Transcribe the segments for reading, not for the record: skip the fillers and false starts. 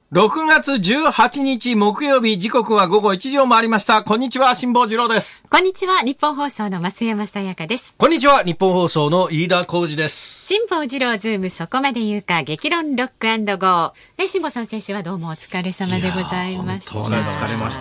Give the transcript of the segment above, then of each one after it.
6月18日木曜日、時刻は午後1時を回りました。こんにちは、辛坊治郎です。 こんにちは、日本放送の増山さやかです。 こんにちは、日本放送の飯田浩司です。 辛坊治郎ズームそこまで言うか、激論ロック&ゴー。ね、辛坊さん先週はどうもお疲れ様でございました。 本当に疲れました。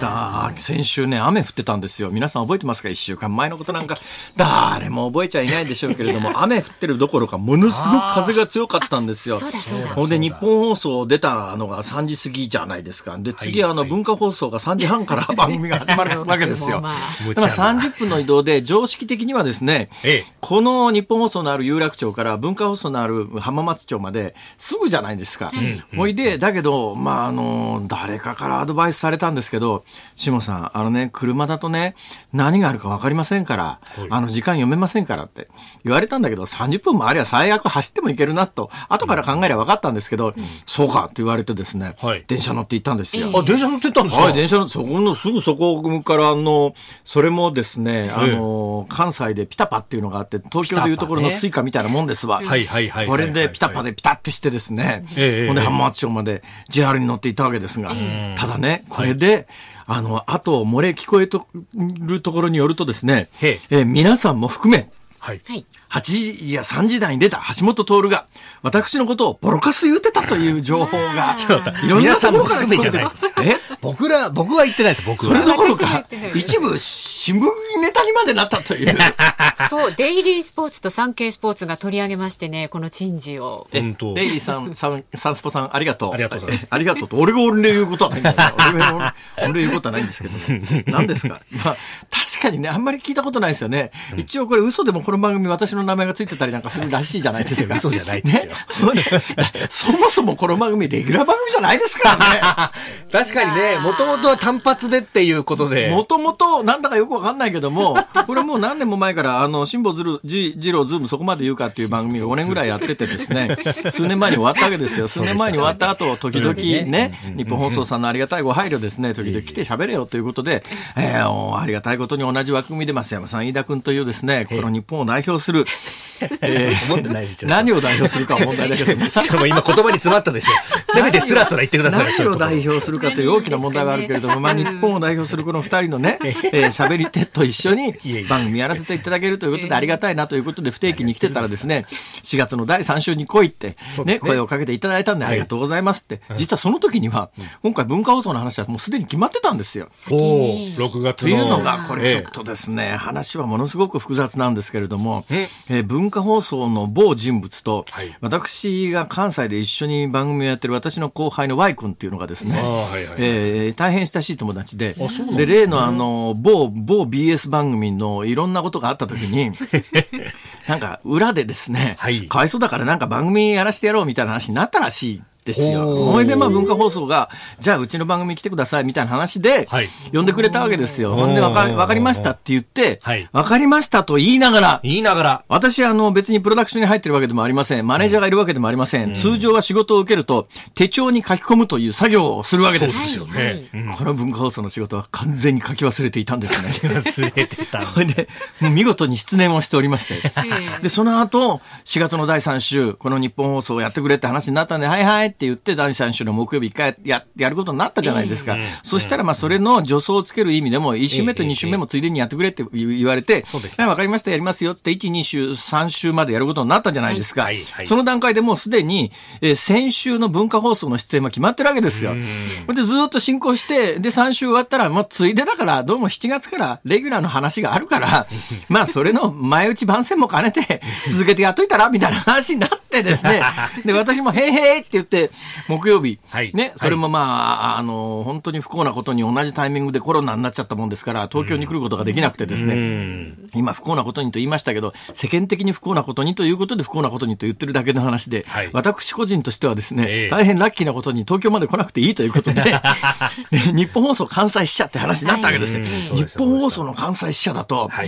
先週ね、雨降ってたんですよ。皆さん覚えてますか？1週間前のことなんか、誰も覚えちゃいないでしょうけれども、雨降ってるどころか、ものすごく風が強かったんですよ。 そうだそうだ。 ほんで、日本放送出たのが3時過ぎじゃないですか。で、次文化放送が3時半から番組が始まるわけですよ。だから30分の移動で、常識的にはですね、この日本放送のある有楽町から文化放送のある浜松町まですぐじゃないですか。ほいで、だけど、誰かからアドバイスされたんですけど、下さん、車だとね、何があるか分かりませんから、時間読めませんからって言われたんだけど、30分もありゃ最悪走ってもいけるなと、後から考えれば分かったんですけど、そうかって言われてですね、電車乗って行ったんですよ。 電車乗ってったんですか？ はい、電車の、そこの、すぐそこからそれもですね、関西でピタパっていうのがあって、東京でいうところのスイカみたいなもんですわ。これでピタパでピタってしてですね、ほんで浜松町まで JR に乗っていったわけですが、ただね、これで、あと漏れ聞こえるところによるとですね、皆さんも含め、8時や3時台に出た橋本徹が私のことをボロカス言ってたという情報がいろんなところから聞こえてるんですよ。 僕は言ってないです。僕はそれどころか一部新聞ネタにまでなったという。 そう、デイリースポーツとサンケイスポーツが取り上げましてね、この珍事を。 デイリーサンスポさんありがとう。 ありがとうございます。 ありがとうと俺が言うことはないんだよ。俺言うことはないんですけども、何ですか。確かにね、あんまり聞いたことないですよね。一応これ嘘でもこの番組私の名前がついてたりなんかするらしいじゃないですか。 嘘じゃないですよ。 そもそもこの番組レギュラー番組じゃないですからね。 確かにね、もともとは単発でっていうことで。 もともとなんだかよくわかんないけども、これもう何年も前から辛坊治郎ズームそこまで言うかっていう番組が5年ぐらいやっててですね、数年前に終わったわけですよ。数年前に終わった後、時々ね、日本放送さんのありがたいご配慮ですね、時々来て喋れよということで、ありがたいことに同じ枠組みで増山さん、飯田君というですね、この日本を代表する、 思ってないですよ。 何を代表するかは問題だけど、ね、 しかも今言葉に詰まったでしょ。せめてスラスラ言ってください。 何を代表するかという大きな問題はあるけれども、日本を代表するこの2人のね、喋り手と一緒に番組やらせていただけるということでありがたいなということで不定期に来てたらですね、4月の第3週に来いって、ね、声をかけていただいたんでありがとうございますって、実はその時には、今回文化放送の話はもうすでに決まってたんですよ。 6月の。 というのが、これちょっとですね、話はものすごく複雑なんですけれども、文化放送の某人物と、私が関西で一緒に番組をやってる私の後輩の Y 君っていうのがですね、大変親しい友達で、で、例の某 BS 番組のいろんなことがあった時に、なんか裏でですね、かわいそうだからなんか番組やらせてやろうみたいな話になったらしい。ですよ。それで文化放送が、じゃあうちの番組来てくださいみたいな話で、呼んでくれたわけですよ。ほんでわかりましたって言って、わかりましたと言いながら、私別にプロダクションに入ってるわけでもありません。マネージャーがいるわけでもありません。通常は仕事を受けると、手帳に書き込むという作業をするわけです。 そうですよね。 この文化放送の仕事は完全に書き忘れていたんですね。 忘れてたんです。 で、もう見事に失念をしておりまして。で、その後、4月の第3週、この日本放送をやってくれって話になったんで、はいはいって言って、第3週の木曜日1回やることになったじゃないですか。そしたら、それの助走をつける意味でも、1週目と2週目もついでにやってくれって言われて、わかりました、やりますよって1、2週、3週までやることになったじゃないですか。その段階でもうすでに、先週の文化放送の出演は決まってるわけですよ。で、ずっと進行して、で、3週終わったら、ついでだから、どうも7月からレギュラーの話があるから、それの前打ち番宣も兼ねて、続けてやっといたらみたいな話になってですね。で、私も、へーって言って、木曜日、ね、それも本当に不幸なことに同じタイミングでコロナになっちゃったもんですから、東京に来ることができなくてですね、今不幸なことにと言いましたけど、世間的に不幸なことにということで不幸なことにと言ってるだけの話で、私個人としてはですね、大変ラッキーなことに東京まで来なくていいということで、日本放送関西支社って話になったわけですよ。日本放送の関西支社だと、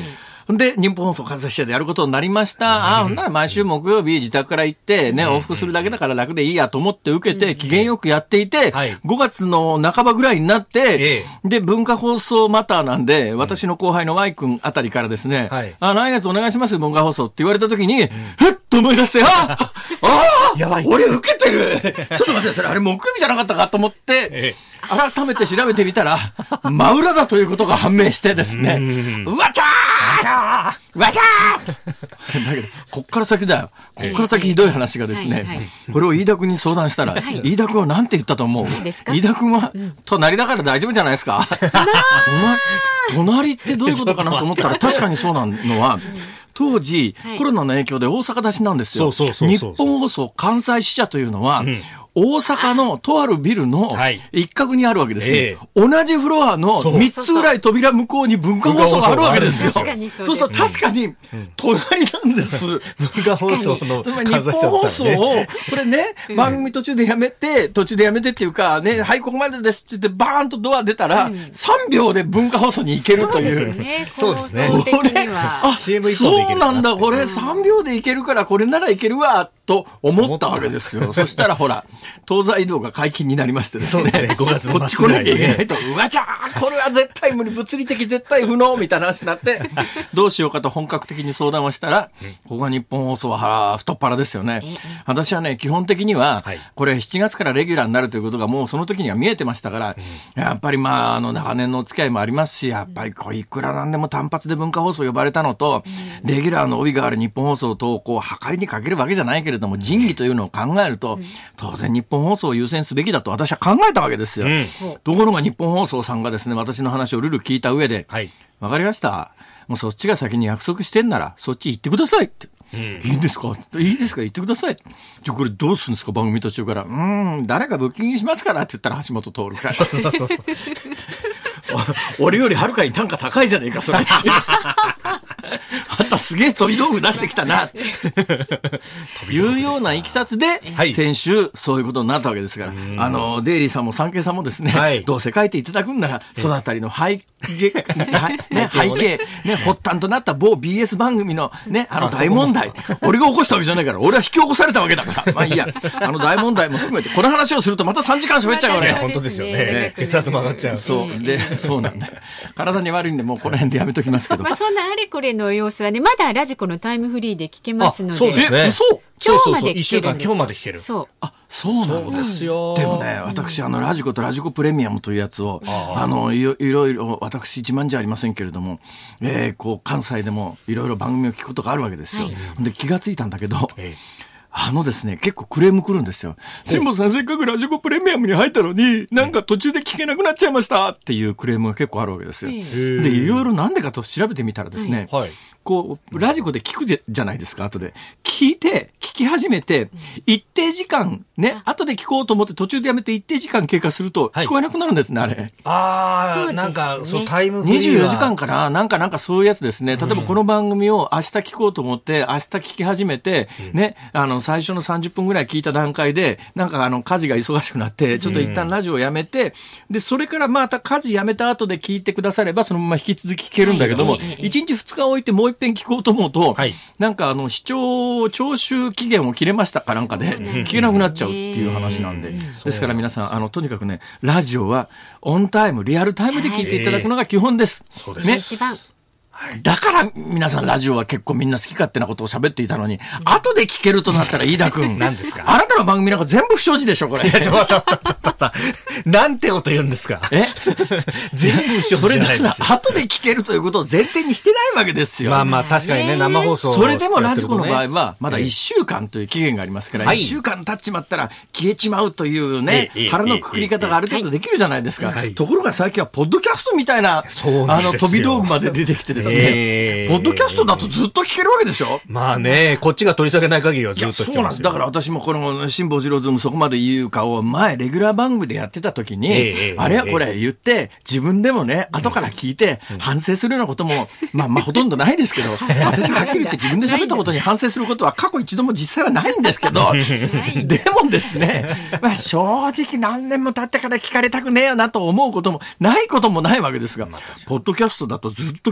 で、日本放送関西支社でやることになりました。ほんなら毎週木曜日自宅から行って、ね、往復するだけだから楽でいいやと思って受けて、機嫌よくやっていて、5月の半ばぐらいになって、で、文化放送マターなんで、私の後輩の Y 君あたりからですね、来月お願いしますよ、文化放送って言われた時に、ふっと思い出して、やばい。俺受けてるちょっと待って、それあれ木曜日じゃなかったかと思って、改めて調べてみたら、真裏だということが判明してですね、うわちゃーうわちゃーだけど、こっから先だよ。こっから先ひどい話がですね、これを飯田君に相談したら、飯田君はなんて言ったと思う？飯田君は、隣だから大丈夫じゃないですか。隣ってどういうことかなと思ったら、確かにそうなのは、当時、コロナの影響で大阪出しなんですよ。日本放送関西支社というのは、大阪のとあるビルの一角にあるわけですね。同じフロアの3つぐらい扉向こうに文化放送があるわけですよ。そうすると確かに隣なんです。文化放送の。つまり日本放送を、これね、番組途中でやめてっていうか、ね、はい、ここまでですって言ってバーンとドア出たら、3秒で文化放送に行けるという。 そうですね。 これ、そうなんだ、これ3秒で行けるから、これなら行けるわ、と思ったわけですよ。そしたらほら、東西移動が解禁になりましてですね。5月のこっち来なきゃいけないと。うわちゃーこれは絶対無理、物理的絶対不能みたいな話になって、どうしようかと本格的に相談をしたら、ここが日本放送は太っ腹ですよね。私はね、基本的には、これ7月からレギュラーになるということがもうその時には見えてましたから、やっぱり長年のお付き合いもありますし、やっぱりいくらなんでも単発で文化放送呼ばれたのと、レギュラーの帯がある日本放送と、こう、計りにかけるわけじゃないけれども、仁義というのを考えると、当然日本放送を優先すべきだと私は考えたわけですよ。ところが日本放送さんがですね、私の話をルル聞いた上で、わかりました。もうそっちが先に約束してんなら、そっち行ってくださいって。いいんですかいいですか言ってください。じゃあこれどうするんですか番組途中から。誰かブッキングしますからって言ったら橋本徹から。俺よりはるかに単価高いじゃねえか、それって。あんたすげえ飛び道具出してきたな。いうようないきさつで、先週そういうことになったわけですから、デイリーさんも産経さんもですね、どうせ書いていただくんなら、そのあたりの背景、ね、発端となった某 BS 番組のね、大問題。俺が起こしたわけじゃないから、俺は引き起こされたわけだから。まあいいや、大問題も含めて、この話をするとまた3時間喋っちゃうからね。 本当ですよね。血圧も上がっちゃう。 そうなんだよ。体に悪いんで、もうこの辺でやめときますけど。 まあそんなあれこれの様子はね、まだラジコのタイムフリーで聞けますので。 そうですね。 今日まで聞けるんですよ。 今日まで聞ける。 そう。 そうなんですよ。でもね、私、ラジコとラジコプレミアムというやつを、いろいろ、私一万じゃありませんけれども、関西でもいろいろ番組を聞くことがあるわけですよ。で、気がついたんだけど、ですね、結構クレーム来るんですよ。辛坊さん、せっかくラジコプレミアムに入ったのに、なんか途中で聞けなくなっちゃいましたっていうクレームが結構あるわけですよ。で、いろいろなんでかと調べてみたらですね、こう、ラジコで聞くじゃないですか、後で。聞き始めて、一定時間、ね、後で聞こうと思って途中でやめて一定時間経過すると、聞こえなくなるんですね、あれ。 なんか、タイムフリーは 24時間かななんかそういうやつですね。例えばこの番組を明日聞こうと思って、明日聞き始めて、ね、最初の30分ぐらい聞いた段階で、なんか家事が忙しくなって、ちょっと一旦ラジオをやめて、で、それからまた家事やめた後で聞いてくだされば、そのまま引き続き聞けるんだけども、1日2日置いてもう一遍聞こうと思うと、なんか視聴期限を切れましたかなんかで、聞けなくなっちゃうっていう話なんで。ですから皆さん、とにかくね、ラジオはオンタイム、リアルタイムで聞いていただくのが基本です。 そうです。 ね。 一番。 だから皆さんラジオは結構みんな好き勝手なことを喋っていたのに、後で聞けるとなったら飯田くん。 何ですか？ あなたの番組なんか全部不祥事でしょ、これ。いや、 なんてこと言うんですか？全部不祥事じゃないですよ。 後で聞けるということを前提にしてないわけですよ。 まあ確かにね、生放送。 それでもラジコの場合は、まだ1週間という期限がありますから、1週間経っちまったら消えちまうというね、腹のくくり方がある程度できるじゃないですか。ところが最近はポッドキャストみたいな、飛び道具まで出てきてですね、ポッドキャストだとずっと聞けるわけでしょ。 まあね、こっちが取り下げない限りはずっと聞けますよ。 そうなんです。だから私もこの辛坊治郎ズームそこまで言うかを前レギュラー番組でやってた時に、あれはこれ言って自分でもね、後から聞いて反省するようなことも、まあほとんどないですけど、私ははっきり言って自分で喋ったことに反省することは過去一度も実際はないんですけど、でもですね、まあ正直何年も経ってから聞かれたくねえよなと思うこともないこともないわけですが、ポッドキャストだとずっと聞かれちゃう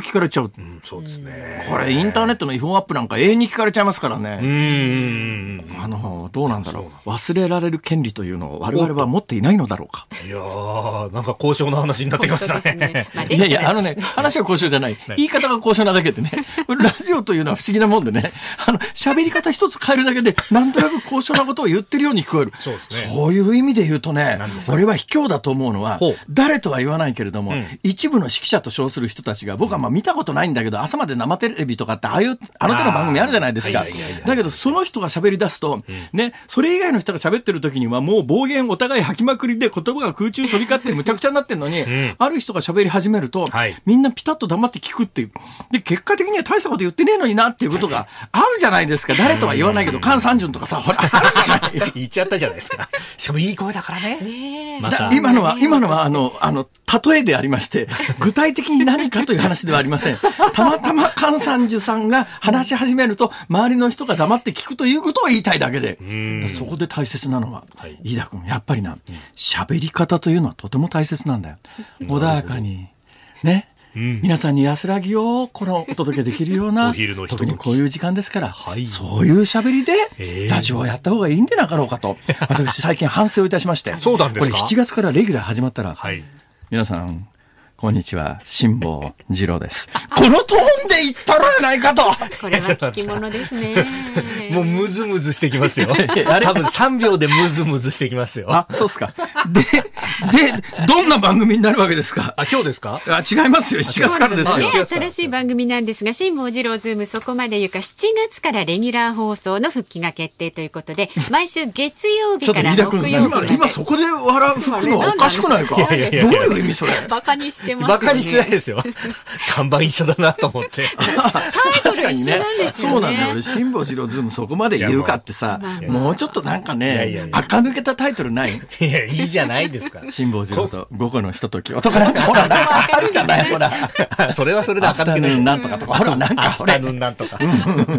う。 そうですね。 これインターネットの違法アップなんか永遠に聞かれちゃいますからね。どうなんだろう。忘れられる権利というのを我々は持っていないのだろうか。 いやー、なんか交渉の話になってきましたね。 いやいや、話は交渉じゃない。言い方が交渉なだけでね。ラジオというのは不思議なもんでね。喋り方一つ変えるだけで、なんとなく交渉なことを言ってるように聞こえる。 そうですね。 そういう意味で言うとね、俺は卑怯だと思うのは、誰とは言わないけれども、一部の指揮者と称する人たちが、僕は見たことないんだけど、朝まで生テレビとかって、あの手の番組あるじゃないですか。だけど、その人が喋り出すと、ね、それ以外の人が喋ってる時には、もう暴言お互い吐きまくりで言葉が空中に飛び交ってむちゃくちゃになってるのに、ある人が喋り始めると、みんなピタッと黙って聞くっていう。で、結果的には大したこと言ってねえのになっていうことがあるじゃないですか。誰とは言わないけど、菅三順とかさ、ほら、あるじゃない。 言っちゃったじゃないですか。しかもいい声だからね。 今のは、例えでありまして、具体的に何かという話ではありません。たまたま菅三順さんが話し始めると、周りの人が黙って聞くということを言いたいだけで、そこで大切なのは、飯田君、やっぱりな、喋り方というのはとても大切なんだよ。穏やかに、ね。皆さんに安らぎをお届けできるような特にこういう時間ですから、そういう喋りでラジオをやった方がいいんでなかろうかと私最近反省をいたしまして、 そうなんですか。 これ7月からレギュラー始まったら、皆さんこんにちは、辛坊治郎です。このトーンで言ったらやないかと。 これは聞き物ですね。 もうムズムズしてきますよ。多分3秒でムズムズしてきますよ。 あ、そうっすか。で、どんな番組になるわけですか？ 今日ですか？ 違いますよ。7月からですよ。 新しい番組なんですが、辛坊治郎ズームそこまで言うか、7月からレギュラー放送の復帰が決定ということで、毎週月曜日から木曜日まで。 今そこで笑う吹くのはおかしくないか？どういう意味それ？ バカにしてますね。 バカにしてないですよ。看板一緒だなと思って。 確かにね。そうなんだよ。辛坊治郎ズームそこまで言うかってさ、もうちょっとなんかね、垢抜けたタイトルない？ いや、いいじゃないですか。 辛坊治郎と午後のひとときとかなんかほら、あるじゃない、ほら。 それはそれで垢抜けない。 なんとかとか、ほら、なんかほら。 なんとか。もう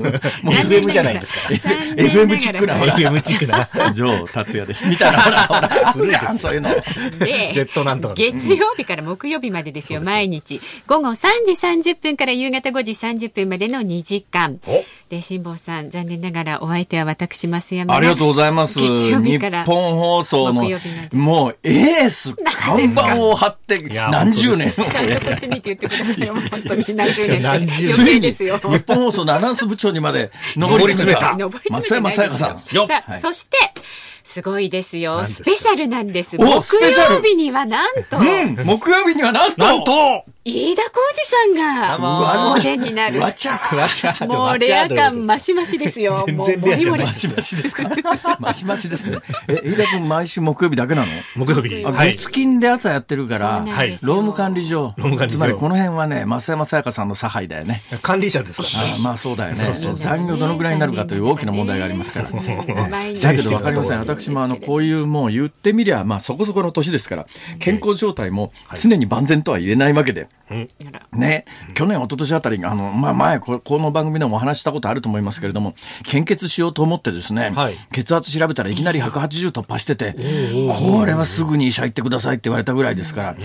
FM じゃないですか。 FM チックな、 FM チックな。 城達也です。みたいな、ほら、古いです。そういうの。 ジェットなんとか。 月曜日から木曜日までですよ、毎日。午後3時30分から夕方5時30分までの2時間。で、辛坊さん、残念ながらお相手は私、増山。 ありがとうございます。 月曜日から日本放送の、もうエース、看板を張って何十年。 ちゃんとこっち見て言ってくださいよ。本当に何十年。 ついに日本放送のアナウンス部長にまで上り詰めた。増山さやかさん。 さあ、そして、すごいですよ。スペシャルなんです。木曜日にはなんと、 木曜日にはなんと、 飯田浩二さんがお出になる。もうレア感マシマシですよ。 全然レアじゃない。 マシマシですか？マシマシですね。飯田君毎週木曜日だけなの？ 木曜日。 月金で朝やってるから、労務管理上。つまりこの辺はね、増山さやかさんの差配だよね。 管理者ですから。 まあそうだよね。残業どのぐらいになるかという大きな問題がありますから。だけどわかりません。私もこういうもう言ってみりゃ、まあそこそこの年ですから、健康状態も常に万全とは言えないわけで。ね、去年、一昨年あたりが、前、この番組でもお話したことあると思いますけれども、献血しようと思ってですね、血圧調べたらいきなり180突破してて、これはすぐに医者行ってくださいって言われたぐらいですから、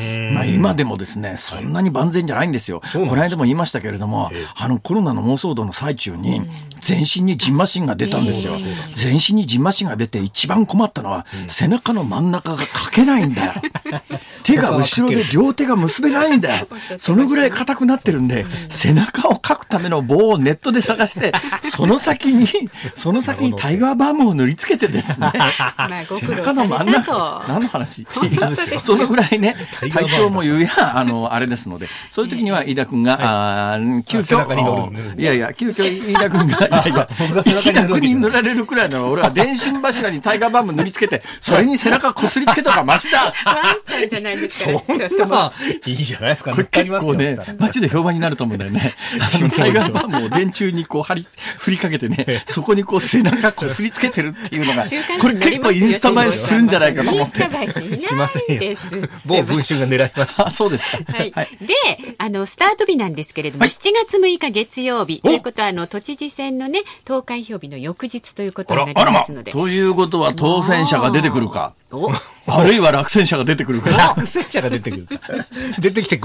今でもですね、そんなに万全じゃないんですよ。この間も言いましたけれども、コロナの妄想度の最中に、全身にジンマシンが出たんですよ。全身にジンマシンが出て一番困ったのは、背中の真ん中がかけないんだよ。手が後ろで両手が結べないんだよ。そのぐらい硬くなってるんで、背中をかくための棒をネットで探して、その先にタイガーバームを塗りつけてですね、背中の真ん中、何の話？そのぐらいね、体調も言うや、あれですので、そういう時には飯田君が、急遽飯田君が、飯田君に塗られるくらいなの、俺は電信柱にタイガーバーム塗りつけて、それに背中こすりつけた方がマシだ。 ワンちゃんじゃないですか。 いいじゃないですか。 これ結構ね、街で評判になると思うんだよね。タイガーバームを電柱に振りかけてね、そこに背中こすりつけてるっていうのが、これ結構インスタ映えするんじゃないかと思って。 インスタ映えしませんよ。 某文春が狙います。 あ、そうですか。 はい。で、スタート日なんですけれども、7月6日月曜日ということは、都知事選のね、投開票日の翌日ということになりますので。 ということは当選者が出てくるか。あるいは落選者が出てくるか。 落選者が出てくるか。出てきてくれるんだった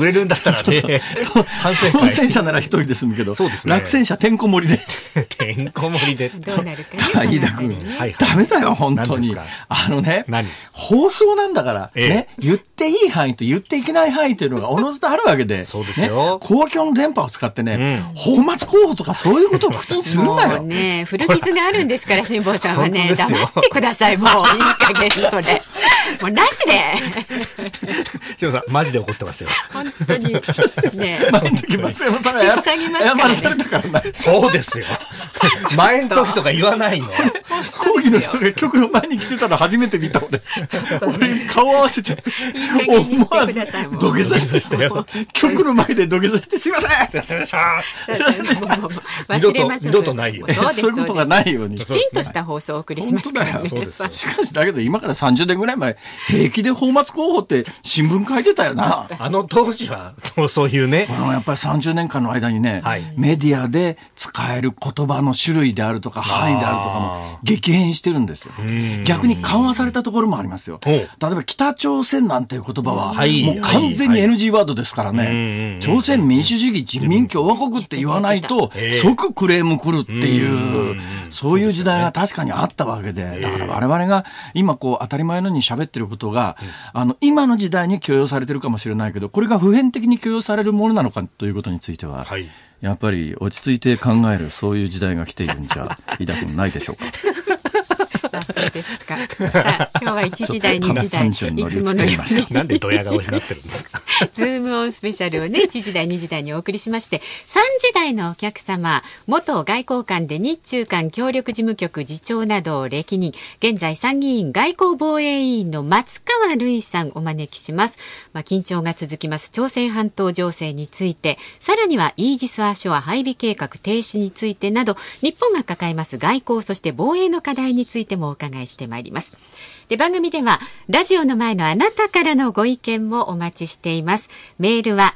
ったらね、 当選者なら一人で済むけど、そうですね、落選者てんこ盛りで。 てんこ盛りで。 どうなるかね。 飯田君、ダメだよ、本当に。放送なんだから、ね、言っていい範囲と言っていけない範囲というのがおのずとあるわけで、 そうですよ。 公共の電波を使ってね、泡沫候補とかそういうことを口にするなよ。 もうね、古傷があるんですから、辛坊さんはね、黙ってください、もう。いい加減、それ。もうなしで。 辛坊さん、マジで怒ってますよ。 本当に。ね。 前の時、松山さんが謝らされたからね。 そうですよ。前の時とか言わないの。 講義の人が局の前に来てたの初めて見た俺。俺顔合わせちゃって。思わず土下座してよ。局の前で土下座してすいません。すいませんでした。 忘れましょう。 二度とないよ。 そういうことがないように。 きちんとした放送をお送りしますからね。 しかしだけど今から30年ぐらい前、平気で泡沫候補って新聞書いてたよな。 当時はそういうね。 やっぱり30年間の間にね、メディアで使える言葉の種類であるとか範囲であるとかも激変してるんですよ。逆に緩和されたところもありますよ。例えば北朝鮮なんていう言葉はもう完全に NG ワードですからね。朝鮮民主主義人民共和国って言わないと即クレーム来るっていう、そういう時代が確かにあったわけで、だから我々が今こう当たり前のように喋ってることが、今の時代に許容されてるかもしれないけど、これが普遍的に許容されるものなのかということについては、やっぱり落ち着いて考えるそういう時代が来ているんじゃ飯田君ないでしょうか。 そうですか。さあ、今日は1時台、2時台、いつものように。 なんでドヤ顔になってるんですか。 ズームオンスペシャルをね、1時台、2時台にお送りしまして、3時台のお客様、元外交官で日中間協力事務局次長などを歴任、現在参議院外交防衛委員の松川るいさんお招きします。緊張が続きます朝鮮半島情勢について、さらにはイージス・アショア配備計画停止についてなど、日本が抱えます外交、そして防衛の課題についてもお伺いしてまいります。で、番組ではラジオの前のあなたからのご意見もお待ちしています。メールは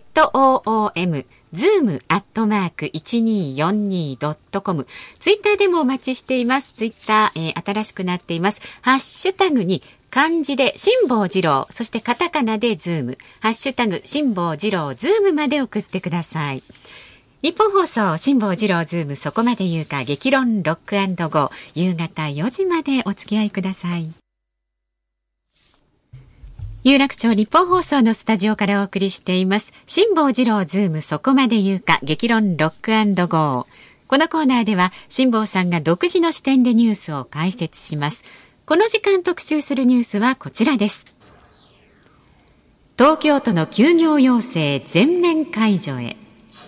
zoom@1242.com、 ツイッターでもお待ちしています。ツイッター、新しくなっています。ハッシュタグに漢字で辛坊治郎、そしてカタカナでズーム、ハッシュタグ辛坊治郎ズームまで送ってください。日本放送辛坊治郎ズームそこまで言うか激論ロック&ゴー、夕方4時までお付き合いください。有楽町日本放送のスタジオからお送りしています辛坊治郎ズームそこまで言うか激論ロック&ゴー。このコーナーでは辛坊さんが独自の視点でニュースを解説します。この時間特集するニュースはこちらです。東京都の休業要請全面解除へ。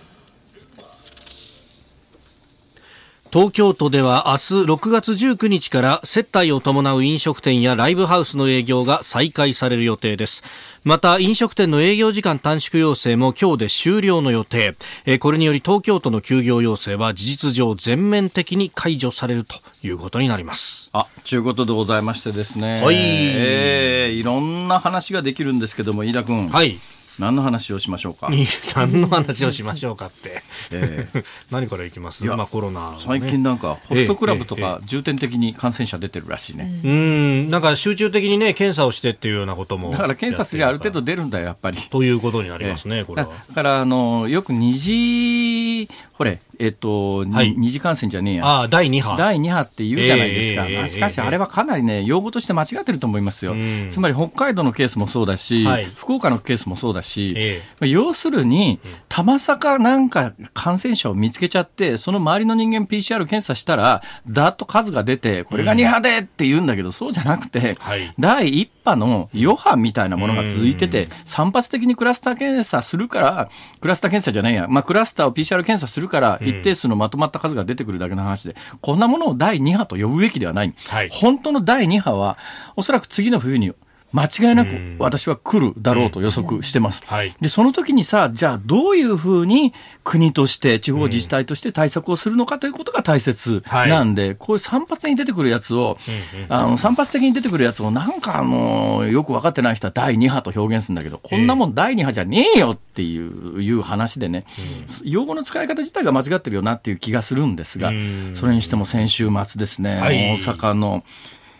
東京都では明日6月19日から接待を伴う飲食店やライブハウスの営業が再開される予定です。また飲食店の営業時間短縮要請も今日で終了の予定。これにより東京都の休業要請は事実上全面的に解除されるということになります。 ということでございましてですね、いろんな話ができるんですけども、飯田君、何の話をしましょうか。 何の話をしましょうかって、何からいきます。コロナ、ね、 最近なんかホストクラブとか重点的に感染者出てるらしいね。 なんか集中的にね検査をしてっていうようなことも、 だから検査すりゃある程度出るんだよやっぱりということになりますね。これはだからよく二次二次感染じゃねえや。 第2波って言うじゃないですか。しかしあれはかなりね用語として間違ってると思いますよ。つまり北海道のケースもそうだし、福岡のケースもそうだし、要するにたまさかなんか感染者を見つけちゃって、その周りの人間 PCR 検査したらだっと数が出てこれが2波でって言うんだけど、そうじゃなくて、第1波の余波みたいなものが続いてて、散発的にクラスター検査するから、クラスター検査じゃないや、クラスターを PCR 検査するから一定数のまとまった数が出てくるだけの話で、こんなものを第2波と呼ぶべきではない。本当の第2波はおそらく次の冬に間違いなく私は来るだろうと予測してます。で、その時にじゃあどういうふうに国として地方自治体として対策をするのかということが大切なんで、こういう散発に出てくるやつを、散発的に出てくるやつをなんかよく分かってない人は第2波と表現するんだけど、こんなもん第2波じゃねえよっていう話でね、用語の使い方自体が間違ってるよなっていう気がするんですが、それにしても先週末ですね、大阪の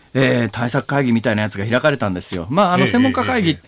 対策会議みたいなやつが開かれたんですよ。専門家会議って、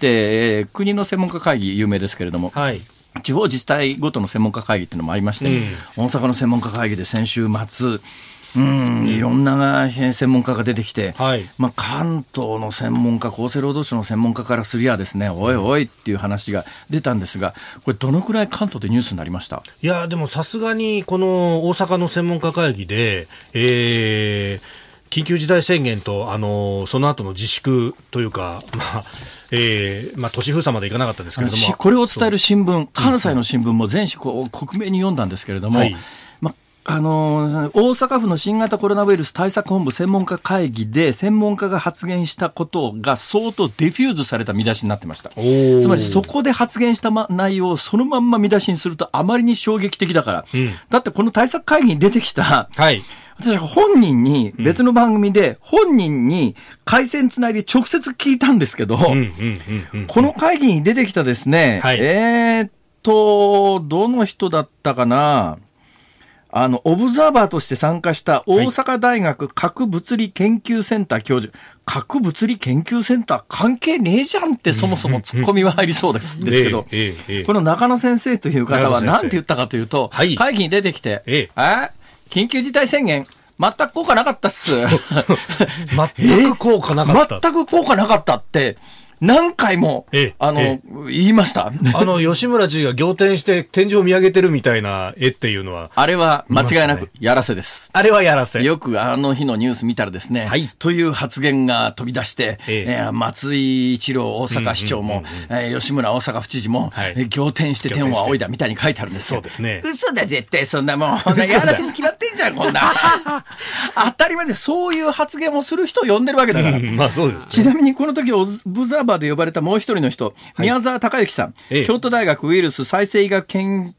国の専門家会議有名ですけれども、はい、地方自治体ごとの専門家会議っていうのもありまして、大阪の専門家会議で先週末、いろんな専門家が出てきて、はい、関東の専門家、厚生労働省の専門家からすりゃですね、おいおいっていう話が出たんですが、これどのくらい関東でニュースになりました？ いやでもさすがにこの大阪の専門家会議で、緊急事態宣言とその後の自粛というか、都市封鎖までいかなかったですけれども、 これを伝える新聞、関西の新聞も全紙克明に読んだんですけれども、はい、大阪府の新型コロナウイルス対策本部専門家会議で専門家が発言したことが相当ディフューズされた見出しになってました。つまりそこで発言した内容をそのまんま見出しにするとあまりに衝撃的だから、だってこの対策会議に出てきた、はい、私は本人に別の番組で本人に回線つないで直接聞いたんですけど、この会議に出てきたですね、はい、どの人だったかな、オブザーバーとして参加した大阪大学核物理研究センター教授、核物理研究センター関係ねえじゃんってそもそもツッコミは入りそうですけど、この中野先生という方は何て言ったかというと、会議に出てきて、緊急事態宣言全く効果なかったっす。 全く効果なかった。 全く効果なかったって、何回も、言いました。 吉村知事が仰天して天井を見上げてるみたいな絵っていうのは。 あれは間違いなくやらせです。 あれはやらせ。 よく日のニュース見たらですね、はい、という発言が飛び出して、松井一郎大阪市長も、吉村大阪府知事も、はい、仰天して天を仰いだみたいに書いてあるんですよ。 そうですね。 嘘だ、絶対そんなもん。やらせに決まってんじゃん、こんな。当たり前で、そういう発言をする人を呼んでるわけだから。 そうですね。 ちなみにこの時オブザーバーで呼ばれたもう一人の人、宮沢隆之さん、京都大学ウイルス再生医科学研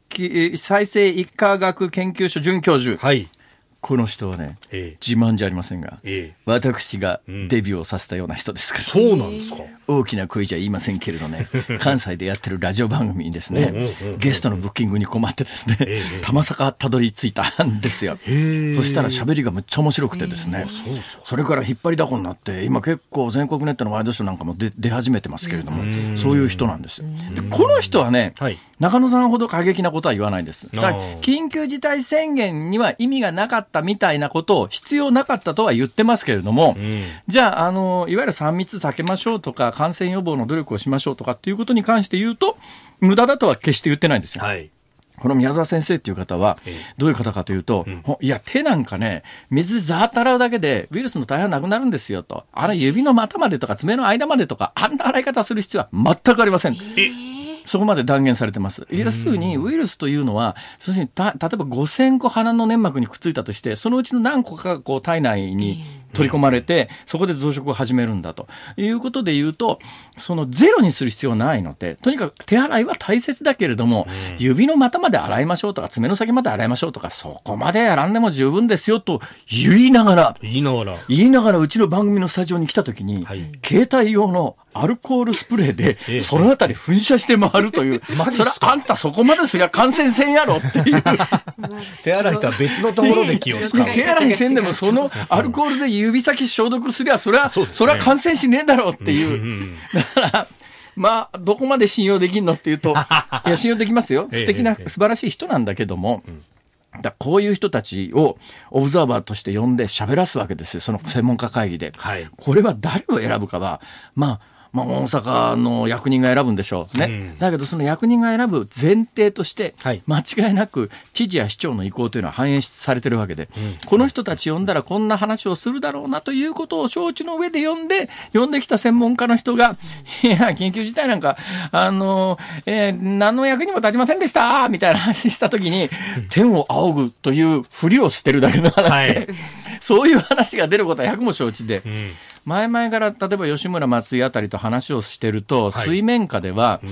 究所准教授、はい、この人はね、自慢じゃありませんが、私がデビューをさせたような人ですから、 そうなんですか。 大きな声じゃ言いませんけれどね、関西でやってるラジオ番組にですね、ゲストのブッキングに困ってですね、たまさかたどり着いたんですよ。そしたら喋りがむっちゃ面白くてですね、それから引っ張りだこになって、今結構全国ネットのワイドショーなんかも出始めてますけれども、そういう人なんですよ。でこの人はね、中野さんほど過激なことは言わないんです。だから緊急事態宣言には意味がなかったみたいなことを必要なかったとは言ってますけれども、じゃあ、いわゆる3密避けましょうとか感染予防の努力をしましょうとかっていうことに関して言うと無駄だとは決して言ってないんですよ。はい、この宮沢先生っていう方はどういう方かというと、いや手なんかね水でザーッと洗うだけでウイルスの大半なくなるんですよと、あれ指の股までとか爪の間までとかあんな洗い方する必要は全くありません。そこまで断言されてます。要するにウイルスというのは、要するに例えば5000個鼻の粘膜にくっついたとして、そのうちの何個かが体内に取り込まれて、そこで増殖を始めるんだということで言うと、そのゼロにする必要ないので、とにかく手洗いは大切だけれども、指の股まで洗いましょうとか、爪の先まで洗いましょうとか、そこまでやらんでも十分ですよと言いながらうちの番組のスタジオに来た時に、携帯用のアルコールスプレーでそのあたり噴射して回るという、それあんたそこまですりゃ感染せんやろっていう手洗いとは別のところで気を使う。 手洗いせんでもそのアルコールで指先消毒すりゃそれは感染しねえだろうっていう、だからまあどこまで信用できんのっていうといや信用できますよ、素敵な素晴らしい人なんだけども、こういう人たちをオブザーバーとして呼んで喋らすわけですよ、その専門家会議で。これは誰を選ぶかは大阪の役人が選ぶんでしょうね、だけどその役人が選ぶ前提として、間違いなく知事や市長の意向というのは反映されてるわけで、この人たち呼んだらこんな話をするだろうなということを承知の上で呼んできた専門家の人が、いや緊急事態なんか何の役にも立ちませんでしたみたいな話したときに、天を仰ぐというふりをしてるだけの話で、そういう話が出ることは百も承知で、前々から例えば吉村松井あたりと話をしてると、水面下では、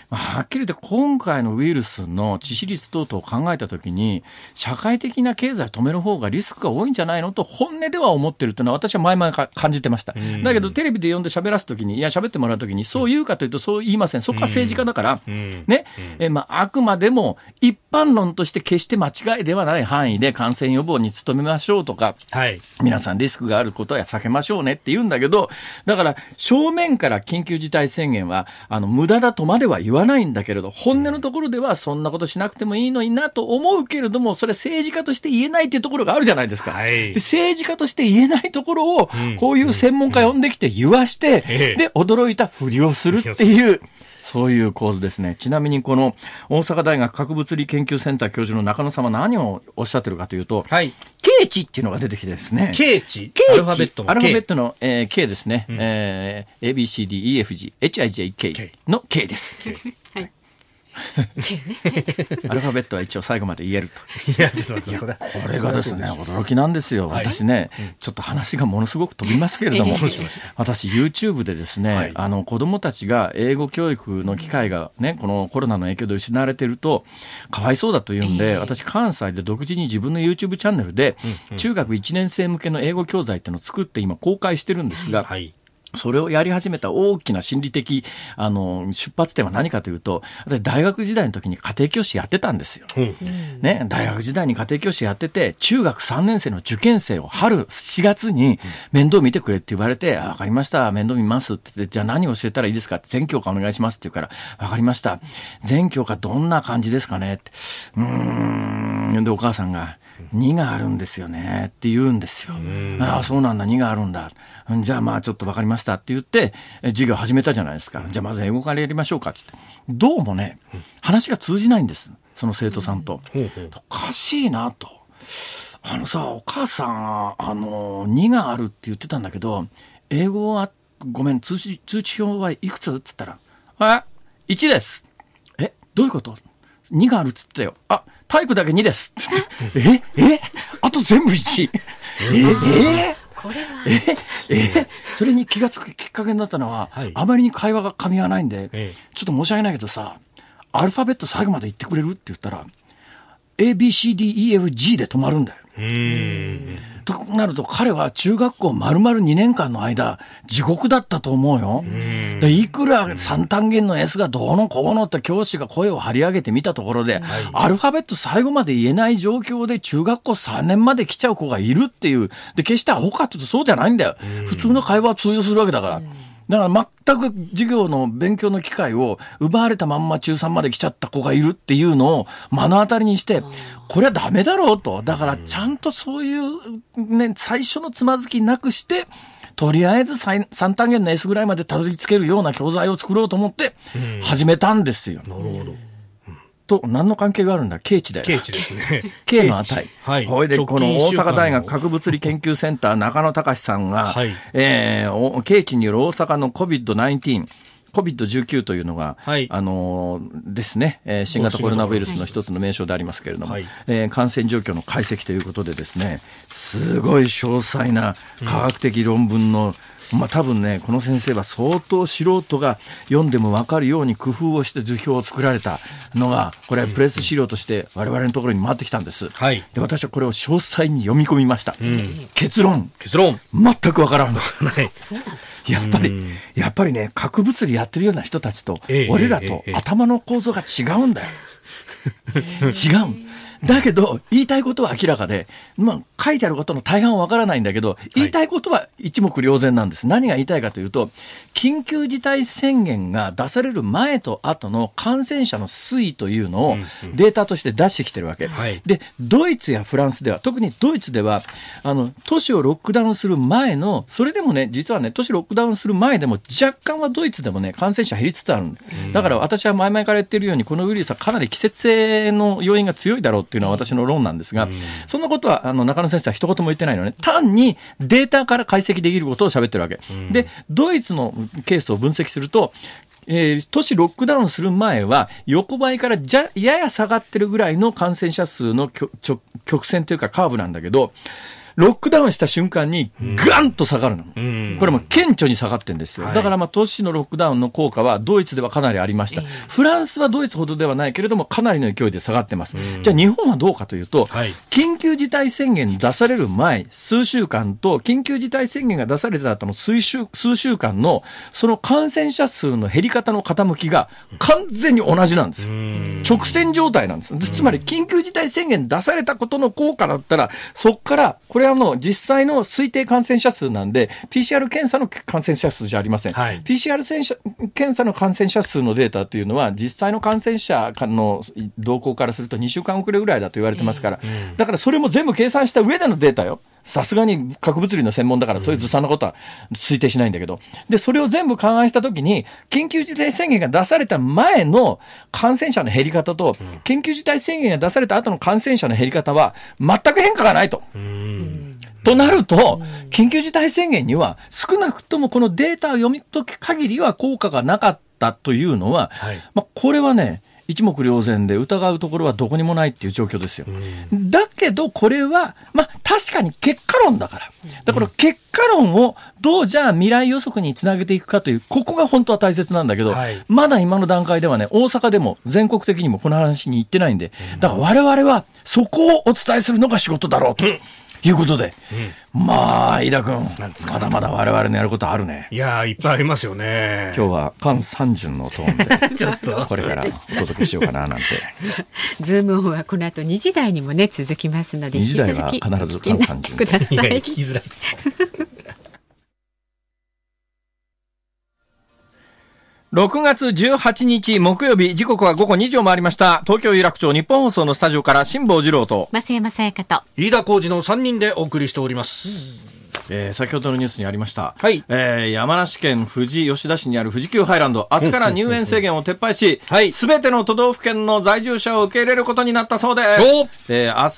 はっきり言って今回のウイルスの致死率等々を考えたときに、社会的な経済を止める方がリスクが多いんじゃないのと本音では思ってるというのは私は前々から感じてました。だけどテレビで呼んで喋らすときに、いや喋ってもらうときにそう言うかというとそう言いません。そこは政治家だから、ね、あくまでも一般論として決して間違いではない範囲で感染予防に努めましょうとか、はい、皆さんリスクがあることは避けましょうねって言うんだけど、だから正面から緊急事態宣言は無駄だとまでは言わないんだけれど、本音のところではそんなことしなくてもいいのになと思うけれども、それは政治家として言えないっていうところがあるじゃないですか。はい、で政治家として言えないところをこういう専門家呼んできて言わして、で驚いたふりをするっていう。そういう構図ですね。ちなみにこの大阪大学核物理研究センター教授の中野さんは何をおっしゃってるかというと、はい、K 値っていうのが出てきてですね。 K 値？ アルファベットの、K ですね。ABCDEFGHIJK の K です。はい。アルファベットは一応最後まで言えると。いや、ちょっとこれがですね、驚きなんですよ。私ね、ちょっと話がものすごく飛びますけれども、私 YouTube でですね、子供たちが英語教育の機会がね、このコロナの影響で失われていると、かわいそうだというんで、私関西で独自に自分の YouTube チャンネルで、中学1年生向けの英語教材っていうのを作って今公開してるんですが、それをやり始めた大きな心理的出発点は何かというと、私大学時代の時に家庭教師やってたんですよ、ね、大学時代に家庭教師やってて、中学3年生の受験生を春4月に面倒見てくれって言われて、わかりました、面倒見ますって言って、じゃあ何教えたらいいですかって、全教科お願いしますって言うから、わかりました、全教科どんな感じですかねって、でお母さんが2があるんですよねって言うんですよ。ああそうなんだ、2があるんだ、じゃあまあちょっと分かりましたって言って授業始めたじゃないですか。じゃあまず英語からやりましょうかって言って、どうもね話が通じないんです、その生徒さんと。おかしいなと。お母さん2があるって言ってたんだけど、英語はごめん、通知表はいくつって言ったら、1です。どういうこと？ 2 があるって言ったよ。体育だけ2ですって言って。あと全部1。これはそれに気がつくきっかけになったのは、あまりに会話が噛み合わないんで、ちょっと申し訳ないけどさ、アルファベット最後まで言ってくれるって言ったら ABCDEFG で止まるんだよ。となると彼は中学校丸々2年間の間地獄だったと思うよ。でいくら三単元の S がどうのこうのって教師が声を張り上げてみたところで、アルファベット最後まで言えない状況で中学校3年まで来ちゃう子がいるっていう。で決してアホかって言うとそうじゃないんだよ。普通の会話は通用するわけだから。だから全く授業の勉強の機会を奪われたまんま中3まで来ちゃった子がいるっていうのを目の当たりにして、これはダメだろうと。だからちゃんとそういうね、最初のつまずきなくして、とりあえず三単元の S ぐらいまでたどり着けるような教材を作ろうと思って始めたんですよ。なるほど。と何の関係があるんだ。K値だよ。 K値ですね。 K の値。はい。ほいでこの大阪大学核物理研究センター中野隆さんが、K 値による大阪の COVID-19 というのが、ですね、新型コロナウイルスの一つの名称でありますけれども、感染状況の解析ということでですね、すごい詳細な科学的論文の多分ね、この先生は相当素人が読んでも分かるように工夫をして図表を作られたのが、これはプレス資料として我々のところに回ってきたんです。で私はこれを詳細に読み込みました。結論全く分からんの。やっぱりね、核物理やってるような人たちと俺らと頭の構造が違うんだよ。違う。だけど言いたいことは明らかで、書いてあることの大半はわからないんだけど、言いたいことは一目瞭然なんです。何が言いたいかというと、緊急事態宣言が出される前と後の感染者の推移というのをデータとして出してきてるわけ。で、ドイツやフランスでは、特にドイツでは都市をロックダウンする前の、それでもね、実はね、都市ロックダウンする前でも若干はドイツでもね、感染者減りつつある。だから私は前々から言ってるように、このウイルスはかなり季節性の要因が強いだろうっていうのは私の論なんですが、そんなことは中野先生は一言も言ってないのね。単にデータから解析できることを喋ってるわけ。で、ドイツのケースを分析すると、都市ロックダウンする前は横ばいからやや下がってるぐらいの感染者数の曲線というかカーブなんだけど、 ロックダウンした瞬間にガンと下がるの。これも顕著に下がってるんですよ。だから都市のロックダウンの効果はドイツではかなりありました。フランスはドイツほどではないけれどもかなりの勢いで下がってます。じゃあ日本はどうかというと、緊急事態宣言出される前数週間と緊急事態宣言が出された後の数週間のその感染者数の減り方の傾きが完全に同じなんですよ。直線状態なんです。つまり緊急事態宣言出されたことの効果だったら、そこからこれは実際の推定感染者数なんで PCR 検査の感染者数じゃありません。PCR 検査の感染者数のデータというのは実際の感染者の動向からすると2週間遅れぐらいだと言われてますから、だからそれも全部計算した上でのデータよ。さすがに核物理の専門だからそういうずさんなことは推定しないんだけど、でそれを全部勘案したときに緊急事態宣言が出された前の感染者の減り方と緊急事態宣言が出された後の感染者の減り方は全く変化がないと。となると緊急事態宣言には少なくともこのデータを読み解く限りは効果がなかったというのは、これはね一目瞭然で疑うところはどこにもないっていう状況ですよ。だけどこれは確かに結果論だから。だから結果論をどうじゃあ未来予測につなげていくかという、ここが本当は大切なんだけど、まだ今の段階ではね、大阪でも全国的にもこの話に行ってないんで、だから我々はそこをお伝えするのが仕事だろうと。いうことで、飯田君、まだまだ我々のやることあるね。 いやいっぱいありますよね。 今日は関三順のトーンでちょっとこれからお届けしようかななんて。 ズームオンはこの後2時台にもね続きますので、引き続き必ず関三順ください。 聞きづらいです 6月18日木曜日、時刻は午後2時を回りました。東京有楽町日本放送のスタジオから辛坊治郎と増山さやかと飯田浩司の3人でお送りしております。 先ほどのニュースにありました、山梨県富士吉田市にある富士急ハイランド、明日から入園制限を撤廃し、すべての都道府県の在住者を受け入れることになったそうです。明日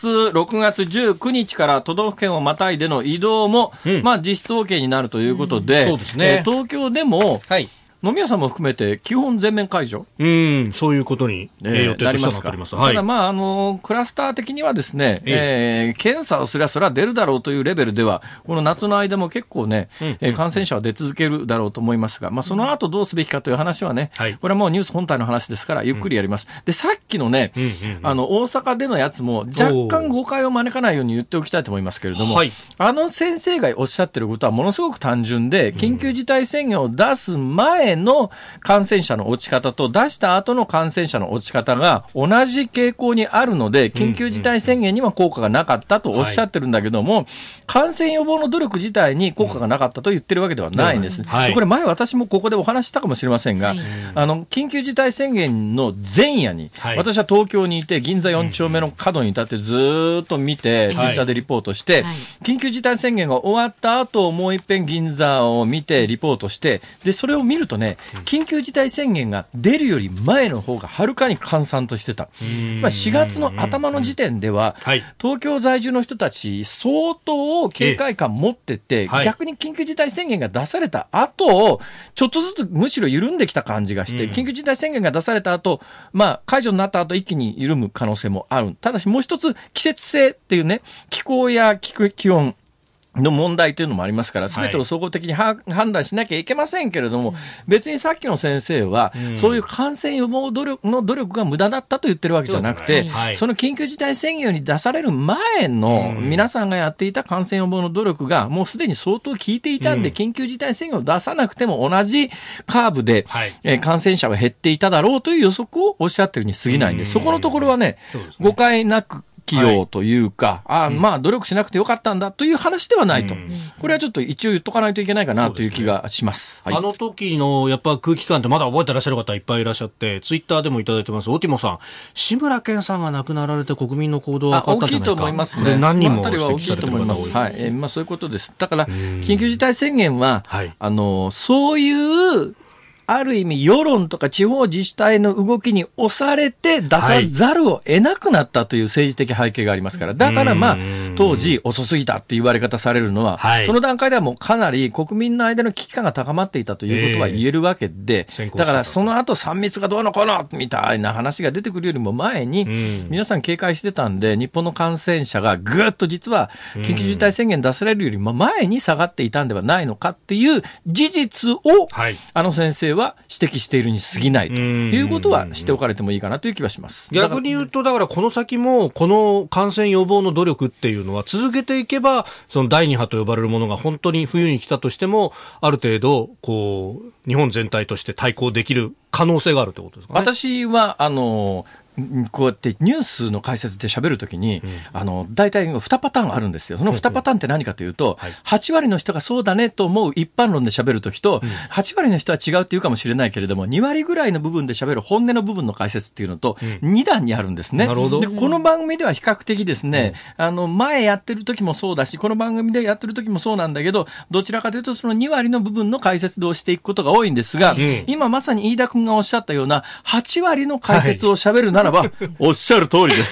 6月19日から都道府県をまたいでの移動も、実質 OK になるということで、 そうですね。 東京でも、飲み屋さんも含めて基本全面解除、 そういうことに、予定としてはなります。 ただクラスター的にはですね、検査をすりゃそれは出るだろうというレベルではこの夏の間も結構ね、感染者は出続けるだろうと思いますが、その後どうすべきかという話はね、これはもうニュース本体の話ですからゆっくりやります。でさっきのね、大阪でのやつも若干誤解を招かないように言っておきたいと思いますけれども、先生がおっしゃってることはものすごく単純で、緊急事態宣言を出す前の感染者の落ち方と出した後の感染者の落ち方が同じ傾向にあるので、緊急事態宣言には効果がなかったとおっしゃってるんだけども、感染予防の努力自体に効果がなかったと言ってるわけではないんです。これ前私もここでお話したかもしれませんが、緊急事態宣言の前夜に、私は東京にいて銀座4丁目の角に立ってずっと見て、ツイッターでリポートして、緊急事態宣言が終わった後もう一遍銀座を見てリポートして、でそれを見るとね、緊急事態宣言が出るより前の方がはるかに閑散としてた。つまり4月の頭の時点では、東京在住の人たち相当警戒感持ってて、逆に緊急事態宣言が出された後ちょっとずつむしろ緩んできた感じがして、緊急事態宣言が出された後、解除になった後一気に緩む可能性もある。ただしもう一つ季節性っていうね、気候や気温の問題というのもありますから、全てを総合的に判断しなきゃいけませんけれども、別にさっきの先生は、そういう感染予防の努力が無駄だったと言ってるわけじゃなくて、その緊急事態宣言に出される前の皆さんがやっていた感染予防の努力がもうすでに相当効いていたんで、緊急事態宣言を出さなくても同じカーブで、感染者は減っていただろうという予測をおっしゃってるに過ぎないんで、そこのところはね、誤解なく企業というか、努力しなくてよかったんだという話ではないと、これはちょっと一応言っとかないといけないかなという気がします。 あの時のやっぱ空気感ってまだ覚えてらっしゃる方いっぱいいらっしゃって、ツイッターでもいただいてます。オティモさん、志村けんさんが亡くなられて国民の行動が変わったんじゃないか。 大きいと思いますね。 何人も指摘されてる方が多い。そういうことです。だから緊急事態宣言は、そういうある意味世論とか地方自治体の動きに押されて出さざるを得なくなったという政治的背景がありますから、だから東当時遅すぎたって言われ方されるのは、その段階ではもうかなり国民の間の危機感が高まっていたということは言えるわけで、だからその後3密がどうのこうのみたいな話が出てくるよりも前に、皆さん警戒してたんで、日本の感染者がぐっと実は緊急事態宣言出されるよりも前に下がっていたんではないのかっていう事実を、あの先生は指摘しているに過ぎないということはしておかれてもいいかなという気はします。 逆に言うと、だからこの先もこの感染予防の努力っていうのは続けていけば、その第2波と呼ばれるものが本当に冬に来たとしても、ある程度こう日本全体として対抗できる可能性があるということですかね。 私はこうやってニュースの解説で喋るときに、大体2パターンあるんですよ。その2パターンって何かというと、8割の人がそうだねと思う一般論で喋るときと、8割の人は違うっていうかもしれないけれども、2割ぐらいの部分で喋る本音の部分の解説っていうのと、2段にあるんですね。 なるほど。 で、この番組では比較的ですね、前やってる時もそうだし、この番組でやってる時もそうなんだけど、どちらかというとその2割の部分の解説をしていくことが多いんですが、今まさに飯田君がおっしゃったような8割の解説を喋るならば、おっしゃる通りです。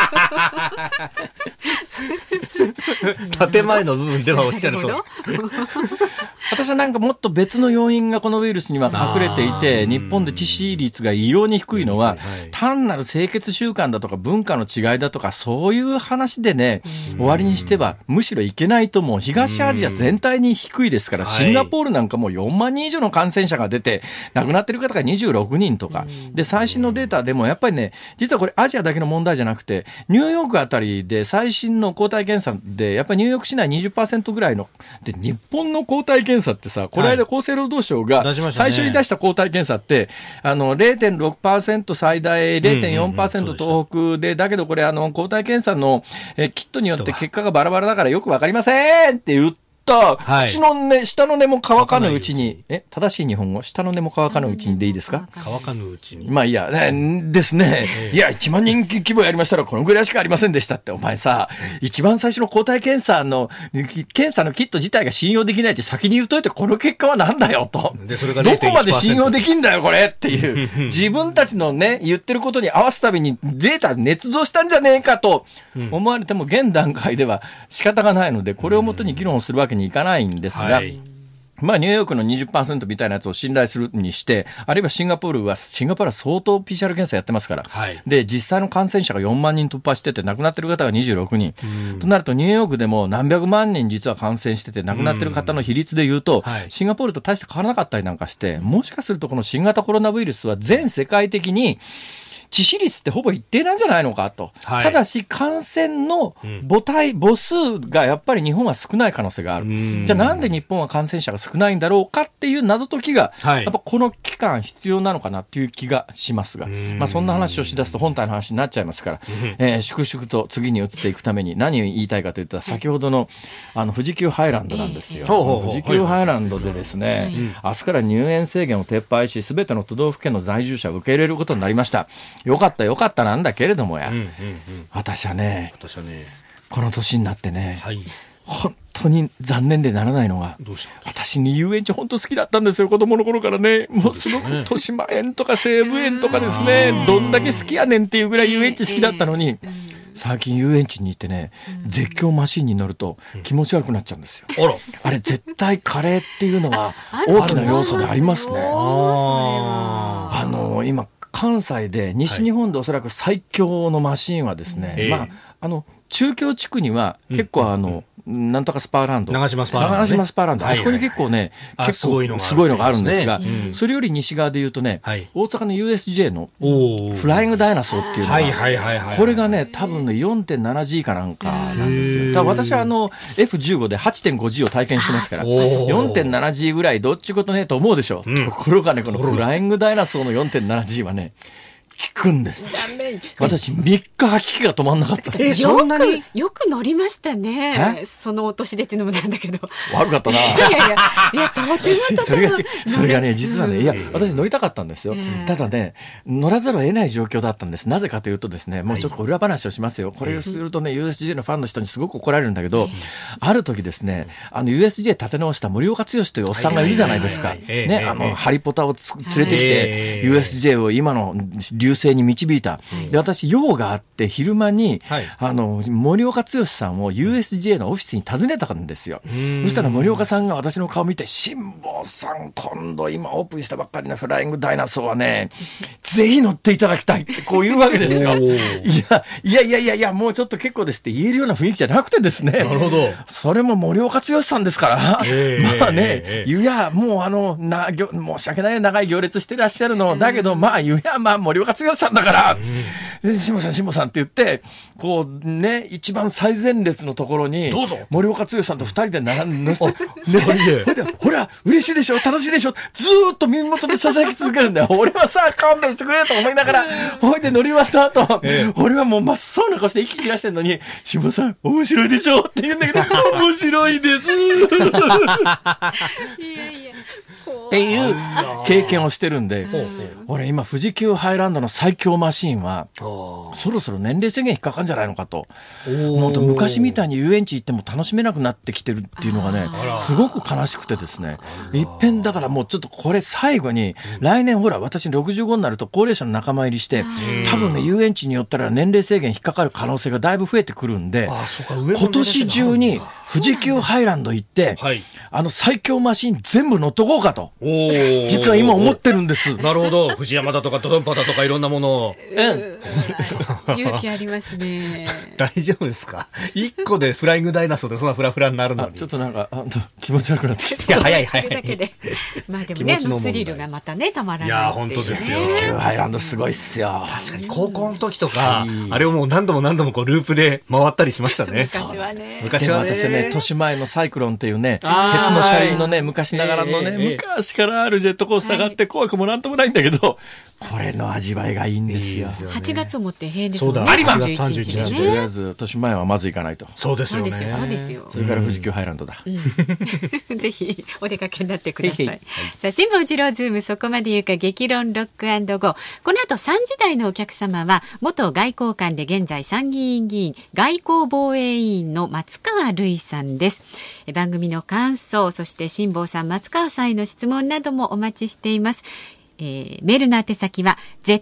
建前の部分ではおっしゃる通り。 私はなんかもっと別の要因がこのウイルスには隠れていて、日本で致死率が異様に低いのは、単なる清潔習慣だとか文化の違いだとか、そういう話でね、終わりにしてはむしろいけないと思う。東アジア全体に低いですから、シンガポールなんかもう4万人以上の感染者が出て、亡くなっている方が26人とか。で、最新のデータでもやっぱりね、実はこれアジアだけの問題じゃなくて、ニューヨークあたりで最新の抗体検査で、やっぱりニューヨーク市内 20% ぐらいの、で、日本の抗体検査ってさ、この間厚生労働省が最初に出した抗体検査って、0.6% 最大 0.4% 東北で、だけどこれ抗体検査のキットによって結果がバラバラだからよくわかりませんって言って、口の根、下の根も乾かぬうちに、正しい日本語、下の根も乾かぬうちにでいいですか？ 乾かぬうちに。 まあいいや、ですね。いや、1万人規模やりましたらこのぐらいしかありませんでしたって、お前さ、一番最初の抗体検査のキット自体が信用できないって先に言うといて、この結果はなんだよと。 で、それがどこまで信用できんだよ、これっていう。自分たちのね、言ってることに合わすたびにデータ捏造したんじゃねえかと思われても、現段階では仕方がないので、これをもとに議論するわけにいかないんですが、まあニューヨークの 20% みたいなやつを信頼するにして、あるいはシンガポールは相当 PCR 検査やってますから、で、実際の感染者が4万人突破してて、亡くなってる方が26人。となるとニューヨークでも何百万人実は感染してて、亡くなってる方の比率で言うと、シンガポールと大して変わらなかったりなんかして、もしかするとこの新型コロナウイルスは全世界的に、致死率ってほぼ一定なんじゃないのかと。ただし感染の母数がやっぱり日本は少ない可能性がある。じゃあなんで日本は感染者が少ないんだろうかっていう謎解きが、やっぱこの期間必要なのかなっていう気がしますが、まあそんな話をしだすと本体の話になっちゃいますから、粛々と次に移っていくために何を言いたいかといったら、先ほどの富士急ハイランドなんですよ。富士急ハイランドでですね、明日から入園制限を撤廃し、すべての都道府県の在住者を受け入れることになりました。よかったなんだけれどもや、私はね、この年になってね、本当に残念でならないのが、私に遊園地本当好きだったんですよ、子供の頃からね。もうすごく豊島園とか西武園とかですね、どんだけ好きやねんっていうぐらい遊園地好きだったのに、最近遊園地に行ってね、絶叫マシンに乗ると気持ち悪くなっちゃうんですよ。あれ絶対加齢っていうのは大きな要素でありますね。今関西で西日本でおそらく最強のマシンはですね、まあ中京地区には結構なんとかスパーランド、長島スパーランド、あそこに結構ね、結構すごいのがあるんですが、それより西側で言うとね、大阪の USJ のフライングダイナソーっていうのが、これがね、多分ね 4.7G かなんかなんですよ。ただ私はF15 で 8.5G を体験してますから、4.7G ぐらいどっちことねと思うでしょ。ところがね、このフライングダイナソーの 4.7G はね、効くんです。私3日吐き気が止まんなかった。 そんなによく乗りましたね。そのお年でっていうのもなんだけど。 悪かったな。 いや、とてもそれがね、実はね、いや、私乗りたかったんですよ。ただね、乗らざるを得ない状況だったんです。なぜかというとですね、もうちょっと裏話をしますよ。これをするとね、USJ のファンの人にすごく怒られるんだけど、ある時ですね、USJ 立て直した森岡剛というおっさんがいるじゃないですか。ね、ハリポタを連れてきて、USJ を今の流流星に導いた。で、私、用があって、昼間に、森岡剛さんを USJ のオフィスに訪ねたんですよ。そしたら森岡さんが私の顔を見て、辛坊さん、今度今オープンしたばっかりのフライングダイナソーはね、ぜひ乗っていただきたいってこう言うわけですよ。いや、もうちょっと結構ですって言えるような雰囲気じゃなくてですね。なるほど。それも森岡剛さんですから、まあね、いや、もう申し訳ない長い行列してらっしゃるの。だけど、森岡剛さんだから、辛坊さんって言って、こうね、一番最前列のところに、森岡剛さんと二人で並んで、ほら、嬉しいでしょ、楽しいでしょ、ずーっと耳元で囁き続けるんだよ。俺はさ、勘弁してくれと思いながら、ほいで乗り終わった後、俺はもう真っ青な顔して息切らしてるのに、辛坊さん、面白いでしょって言うんだけど、面白いです。っていう経験をしてるんで、俺今富士急ハイランドの最強マシーンはそろそろ年齢制限引っかかるんじゃないのかと。もっと昔みたいに遊園地行っても楽しめなくなってきてるっていうのがね、すごく悲しくてですね、一遍だからもうちょっとこれ最後に、来年ほら私65になると高齢者の仲間入りして、多分ね遊園地によったら年齢制限引っかかる可能性がだいぶ増えてくるんで、今年中に富士急ハイランド行って、最強マシーン全部乗っとこうかと実は今思ってるんです。 なるほど。藤山だとかドドンパだとかいろんなものを。 勇気ありますね。 大丈夫ですか？一個でフライングダイナソーでそんなフラフラになるのに。 ちょっとなんか気持ち悪くなってきて。 いや早い。 まあでもね、スリルがまたねたまらない。いや本当ですよ。 ハイランドすごいっすよ。 確かに高校の時とか、あれをもう何度もこうループで回ったりしましたね。 昔はね。 私はね、年前のサイクロンっていうね、鉄の車輪のね、昔ながらのね、昔からあるジェットコースターがあって怖くもなんともないんだけど、これの味わいがいいんですよ。 8月をもって平ですもんね。 有馬31日でね。とりあえず年前はまず行かないと。 そうですよね。 そうですよ。 それから富士急ハイランドだ。 ぜひお出かけになってください。さあ、辛坊治郎ズームそこまで言うか激論ロック&ゴー。この後3時台のお客様は元外交官で現在参議院議員外交防衛委員の松川るいさんです。番組の感想、そして辛坊さん、松川さんへの質問などもお待ちしています。メールの宛先は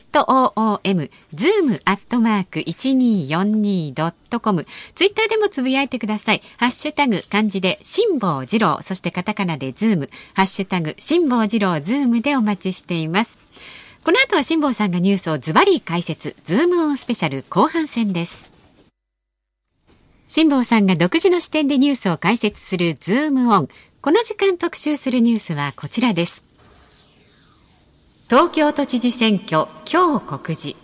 zoom@1242.com。 ツイッターでもつぶやいてください。ハッシュタグ漢字で辛坊治郎、そしてカタカナでズーム、ハッシュタグ辛坊治郎ズームでお待ちしています。この後は辛坊さんがニュースをズバリ解説、ズームオンスペシャル後半戦です。辛坊さんが独自の視点でニュースを解説するズームオン。この時間特集するニュースはこちらです。東京都知事選挙、今日告示。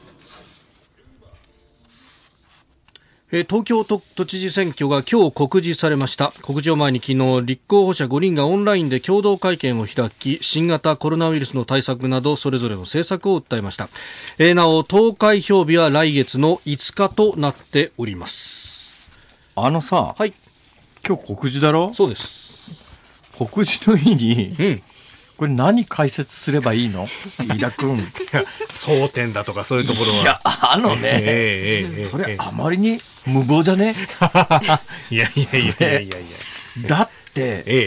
東京都知事選挙が今日告示されました。告示を前に昨日、立候補者5人がオンラインで共同会見を開き、新型コロナウイルスの対策などそれぞれの政策を訴えました。なお、投開票日は来月の5日となっております。 はい、今日告示だろ？ そうです。 告示の日に、これ何解説すればいいの？飯田君。 争点だとかそういうところは。 いや、それあまりに無謀じゃね？ いや。 だって、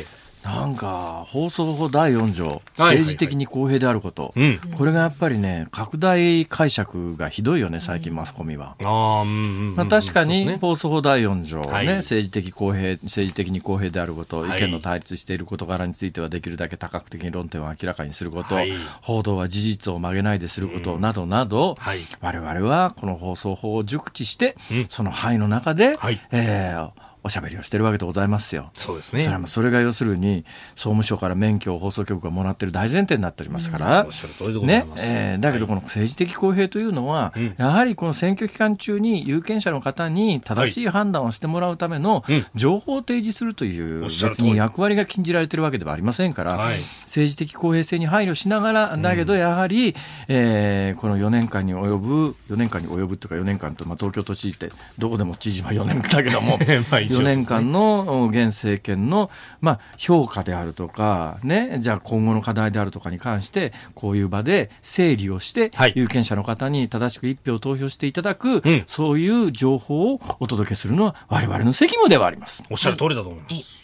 なんか放送法第4条、政治的に公平であること、これがやっぱりね、拡大解釈がひどいよね、最近マスコミは。確かに放送法第4条、政治的に公平であること、意見の対立している事柄についてはできるだけ多角的に論点を明らかにすること、報道は事実を曲げないですること、などなど、我々はこの放送法を熟知して、その範囲の中で、おしゃべりをしてるわけでございますよ。 そうですね。 それが要するに総務省から免許を放送局がもらっている大前提になっておりますから、 おっしゃる通りでございます。 だけどこの政治的公平というのは、やはりこの選挙期間中に有権者の方に正しい判断をしてもらうための情報を提示するという別に役割が禁じられているわけではありませんから、政治的公平性に配慮しながら、だけどやはり、この4年間に及ぶというか4年間と、東京都知事ってどこでも知事は4年だけども4年間の現政権の、評価であるとか、じゃあ今後の課題であるとかに関してこういう場で整理をして、有権者の方に正しく一票投票していただく、そういう情報をお届けするのは我々の責務ではあります。 おっしゃる通りだと思います。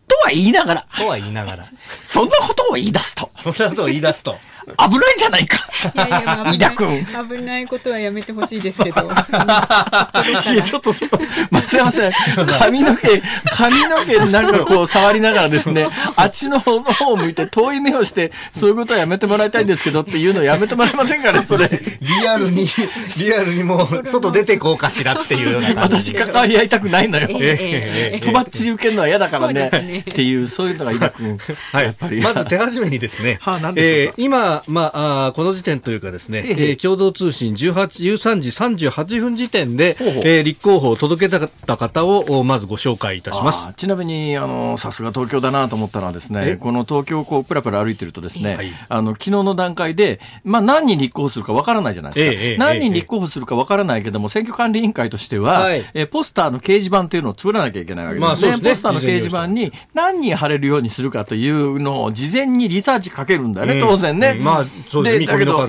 とは言いながら、そんなことを言い出すと。危ないじゃないか。飯田君。 危ないことはやめてほしいですけど。いや、ちょっと松山さん、髪の毛なんかこう触りながらですね、あっちの方を向いて遠い目をして、そういうことはやめてもらいたいんですけどっていうのをやめてもらえませんかね、それ。 リアルにもう、外出てこうかしらっていうような感じ。 私関わり合いたくないのよ。とばっちり受けるのは嫌だからね。っていう、そういうのが飯田君。やっぱり。 まず手始めにですね、今、この時点というかですね、共同通信13時38分時点で、立候補を届けた方をまずご紹介いたします。 ちなみに、さすが東京だなと思ったのはですね、この東京をこう、プラプラ歩いてるとですね、昨日の段階で、何人立候補するかわからないじゃないですか。何人立候補するかわからないけども、選挙管理委員会としては、ポスターの掲示板というのを作らなきゃいけないわけですね。ポスターの掲示板に何人貼れるようにするかというのを事前にリサーチかけるんだよね、当然ね。で、だけど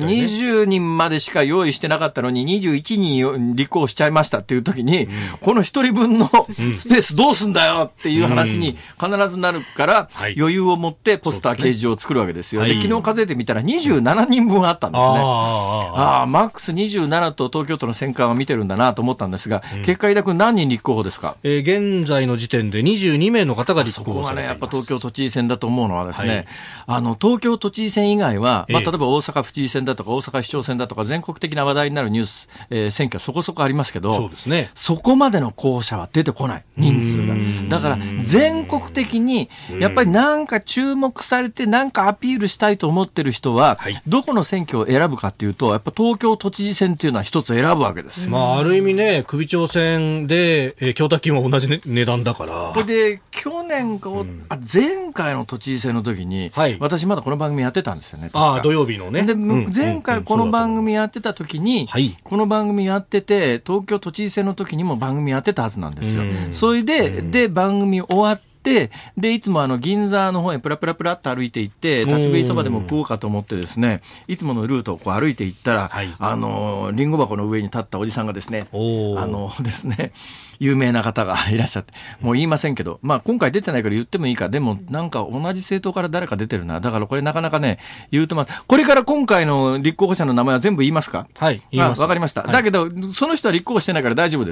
20人までしか用意してなかったのに21人立候補しちゃいましたっていう時に、この一人分のスペースどうすんだよっていう話に必ずなるから、余裕を持ってポスター掲示を作るわけですよ。で、昨日数えてみたら27人分あったんですね。マックス27と東京都の選管は見てるんだなと思ったんですが、結果、飯田君何人立候補ですか？ 現在の時点で22名の方が立候補されています。そこがね、 やっぱ東京都知事選だと思うのはですね、東京都知事選以外は、例えば大阪府知事選だとか大阪市長選だとか全国的な話題になるニュース、選挙そこそこありますけど、 そうですね、 そこまでの候補者は出てこない、人数が。だから全国的にやっぱりなんか注目されてなんかアピールしたいと思ってる人は、どこの選挙を選ぶかっていうと、やっぱ東京都知事選っていうのは一つ選ぶわけです。 ある意味ね、首長選で、供託金は同じ、値段だから。 これで去年か、前回の都知事選の時に、私まだこの番組やってたんですよね。 土曜日のね。 で、前回この番組やってた時に、この番組やってて、東京都知事選の時にも番組やってたはずなんですよ。それで、番組終わって、で、いつも銀座の方へプラプラプラっと歩いていって、立ち食いそばでも食おうかと思ってですね、いつものルートをこう歩いていったら、リンゴ箱の上に立ったおじさんがですね、ですね、有名な方がいらっしゃって、もう言いませんけど、今回出てないから言ってもいいか、でもなんか同じ政党から誰か出てるな。だからこれなかなかね、言うとこれから今回の立候補者の名前は全部言いますか？ 言います。 わかりました。だけど、その人は立候補してないから大丈夫です。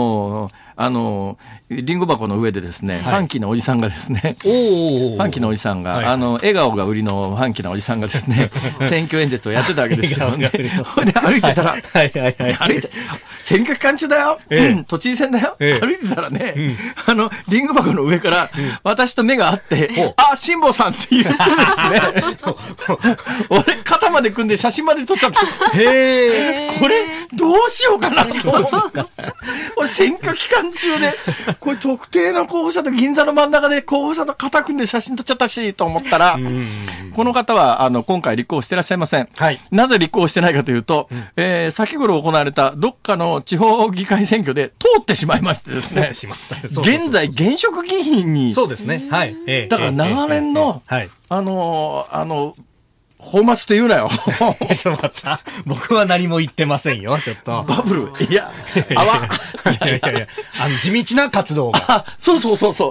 リンゴ箱の上でですね、ファンキーなおじさんがですね、ファンキーなおじさんが、笑顔が売りのファンキーなおじさんがですね、選挙演説をやってたわけですよね。で、歩いてたら、歩いて、選挙期間中だよ、都知事選だよ、歩いてたらね、リンゴ箱の上から、私と目が合って、辛坊さんって言ってですね、俺、肩まで組んで写真まで撮っちゃったんです。これ、どうしようかなと思って。俺、選挙期間中で、これ特定の候補者と銀座の真ん中で候補者と肩組んで写真撮っちゃったし、と思ったら、この方は、今回立候補してらっしゃいません。なぜ立候補してないかというと、先頃行われたどっかの地方議会選挙で通ってしまいましてですね、現在現職議員に、 そうですね。 だから長年の、放末と言うなよ。 ちょっと待った。僕は何も言ってませんよ、ちょっと。 バブル。いや、泡。 いや、地道な活動が。 そう。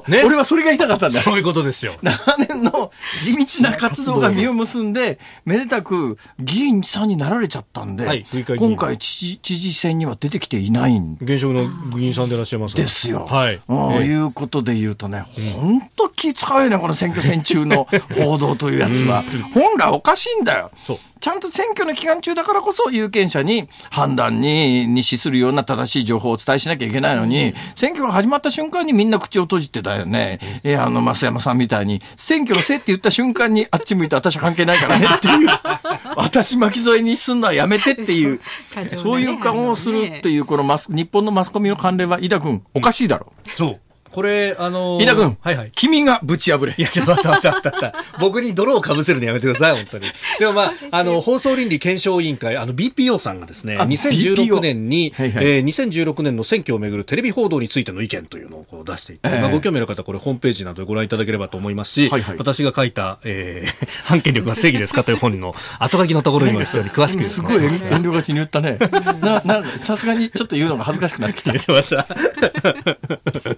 ね。俺はそれが言いたかったんだ。 そういうことですよ。 長年の地道な活動が実を結んで、めでたく議員さんになられちゃったんで、今回知事選には出てきていないん現職の議員さんでいらっしゃいますですよ。いうことで言うとね、本当気使うよね、この選挙戦中の報道というやつは。本来おかしいんだよ。ちゃんと選挙の期間中だからこそ有権者に判断に資するような正しい情報をお伝えしなきゃいけないのに、選挙が始まった瞬間にみんな口を閉じてだよね。増山さんみたいに選挙のせいって言った瞬間にあっち向いて私は関係ないからねっていう私巻き添えにすんのはやめてっていうそういう顔をするっていうこの日本のマスコミの関連は飯田君おかしいだろ。 そうこれ、 飯田君、君がぶち破れ。 いや、ちょっと待った。僕に泥をかぶせるのやめてください、本当に。でも放送倫理検証委員会、BPO さんがですね、2016年に、2016年の選挙をめぐるテレビ報道についての意見というのをこう出していて、ご興味の方、これホームページなどでご覧いただければと思いますし、私が書いた、反権力が正義ですかという本の後書きのところにも非常に詳しくすごい遠慮がちに言ったね。さすがにちょっと言うのが恥ずかしくなってきた。まあいいや。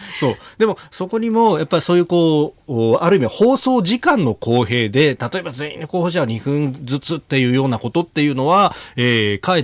そう。でも、そこにも、やっぱりそういうある意味放送時間の公平で、例えば全員の候補者は2分ずつっていうようなことっていうのは、かえって、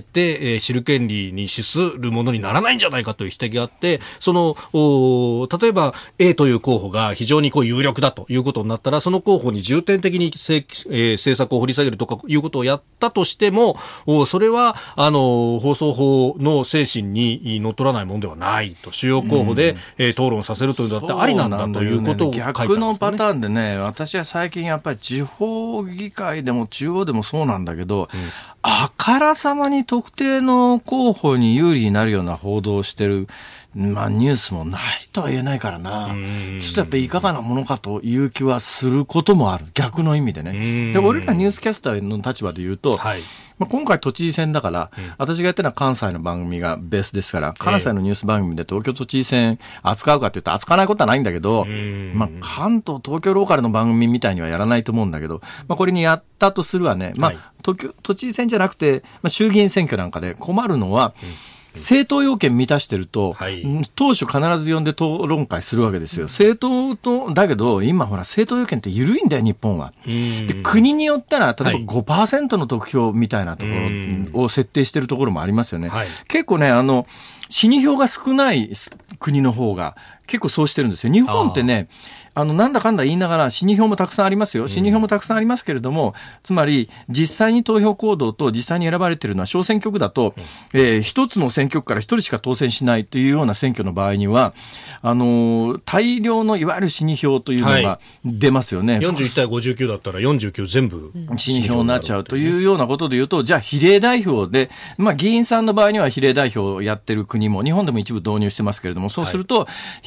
知る権利に資するものにならないんじゃないかという指摘があって、例えば A という候補が非常に有力だということになったら、その候補に重点的に政策を掘り下げるとかいうことをやったとしても、それは、放送法の精神にのっとらないものではないと、主要候補で、討論させるというのだってありなんだということを書いたんですよね。 逆のパターンでね、私は最近やっぱり地方議会でも中央でもそうなんだけど、あからさまに特定の候補に有利になるような報道をしてる、ニュースもないとは言えないからな。ちょっとやっぱりいかがなものかという気はすることもある。逆の意味でね。で、俺らニュースキャスターの立場で言うと、今回都知事選だから、私がやってるのは関西の番組がベースですから、関西のニュース番組で東京都知事選扱うかって言うと扱わないことはないんだけど、関東、東京ローカルの番組みたいにはやらないと思うんだけど、これにやったとするわね、都知事選じゃなくて、衆議院選挙なんかで困るのは、政党要件満たしてると、当初必ず呼んで討論会するわけですよ。政党と、だけど、今ほら、政党要件って緩いんだよ、日本は。で、国によったら、例えば 5% の得票みたいなところを設定してるところもありますよね。結構ね、死に票が少ない国の方が、結構そうしてるんですよ。日本ってね、なんだかんだ言いながら死に票もたくさんありますよ。死に票もたくさんありますけれども、つまり実際に投票行動と実際に選ばれているのは小選挙区だと、一つの選挙区から一人しか当選しないというような選挙の場合には、大量のいわゆる死に票というのが出ますよね。 41対59だったら49全部死に票になっちゃうというようなことで言うと、じゃあ比例代表で、議員さんの場合には比例代表をやってる国も日本でも一部導入してますけれども、そうすると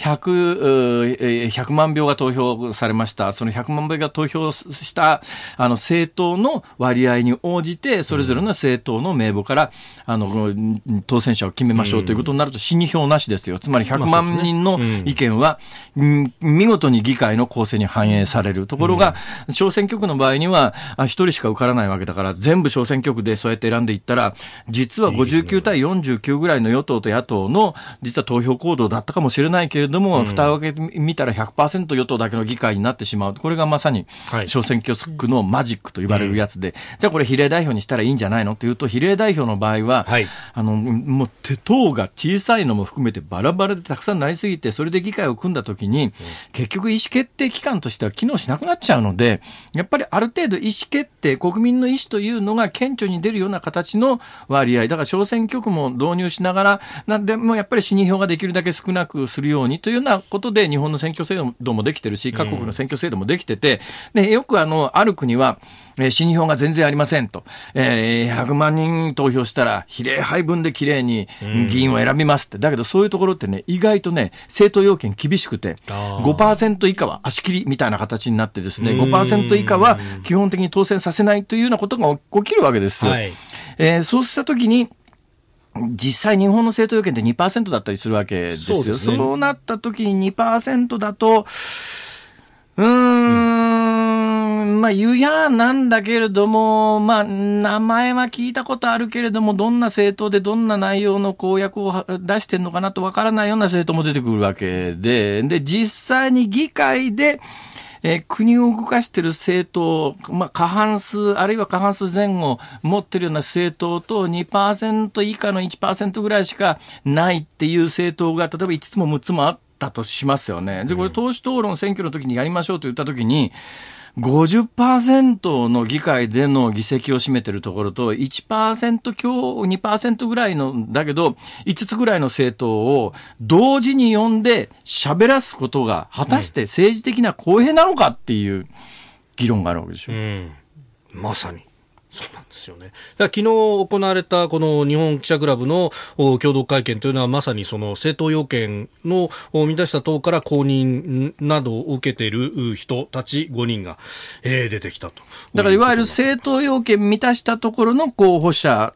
100万票が投票されました。その100万票が投票した政党の割合に応じて、それぞれの政党の名簿から当選者を決めましょうということになると、死に票なしですよ。つまり100万人の意見は、見事に議会の構成に反映される。ところが、小選挙区の場合には一人しか受からないわけだから、全部小選挙区でそうやって選んでいったら、実は59対49ぐらいの与党と野党の実は投票行動だったかもしれないけれども、蓋を開けてみたら 100% 与党だけの議会になってしまう。これがまさに小選挙区のマジックと言われるやつで、じゃあこれ比例代表にしたらいいんじゃないのっていうと、比例代表の場合は、もう党が小さいのも含めてバラバラでたくさんなりすぎて、それで議会を組んだときに、結局意思決定機関としては機能しなくなっちゃうので、やっぱりある程度意思決定、国民の意思というのが顕著に出るような形の割合、だから小選挙区も導入しながら、なんでもやっぱり死に票ができるだけ少なくするようにというようなことで、日本の選挙制度もできてるし、各国の選挙制度もできてて、でよくある国は、死に票が全然ありませんと、100万人投票したら比例配分で綺麗に議員を選びますって。だけどそういうところってね、意外とね、政党要件厳しくて、5% 以下は足切りみたいな形になってですね、5% 以下は基本的に当選させないというようなことが起きるわけです。そうしたときに、実際日本の政党要件って 2% だったりするわけですよ。そうなったときに 2% だと、言やなんだけれども、名前は聞いたことあるけれども、どんな政党でどんな内容の公約を出してんのかなとわからないような政党も出てくるわけで、実際に議会で、国を動かしている政党、過半数、あるいは過半数前後持っているような政党と 2% 以下の 1% ぐらいしかないっていう政党が、例えば5つも6つもあったとしますよね。で、これ党首討論選挙の時にやりましょうと言った時に、50% の議会での議席を占めているところと 1% 強 2% ぐらいのだけど5つぐらいの政党を同時に呼んで喋らすことが果たして政治的な公平なのかっていう議論があるわけでしょ。 まさにそうなんですよね。だから昨日行われたこの日本記者クラブの共同会見というのはまさにその政党要件の満たした党から公認などを受けている人たち5人が、出てきたと。 だからいわゆる政党要件満たしたところの候補者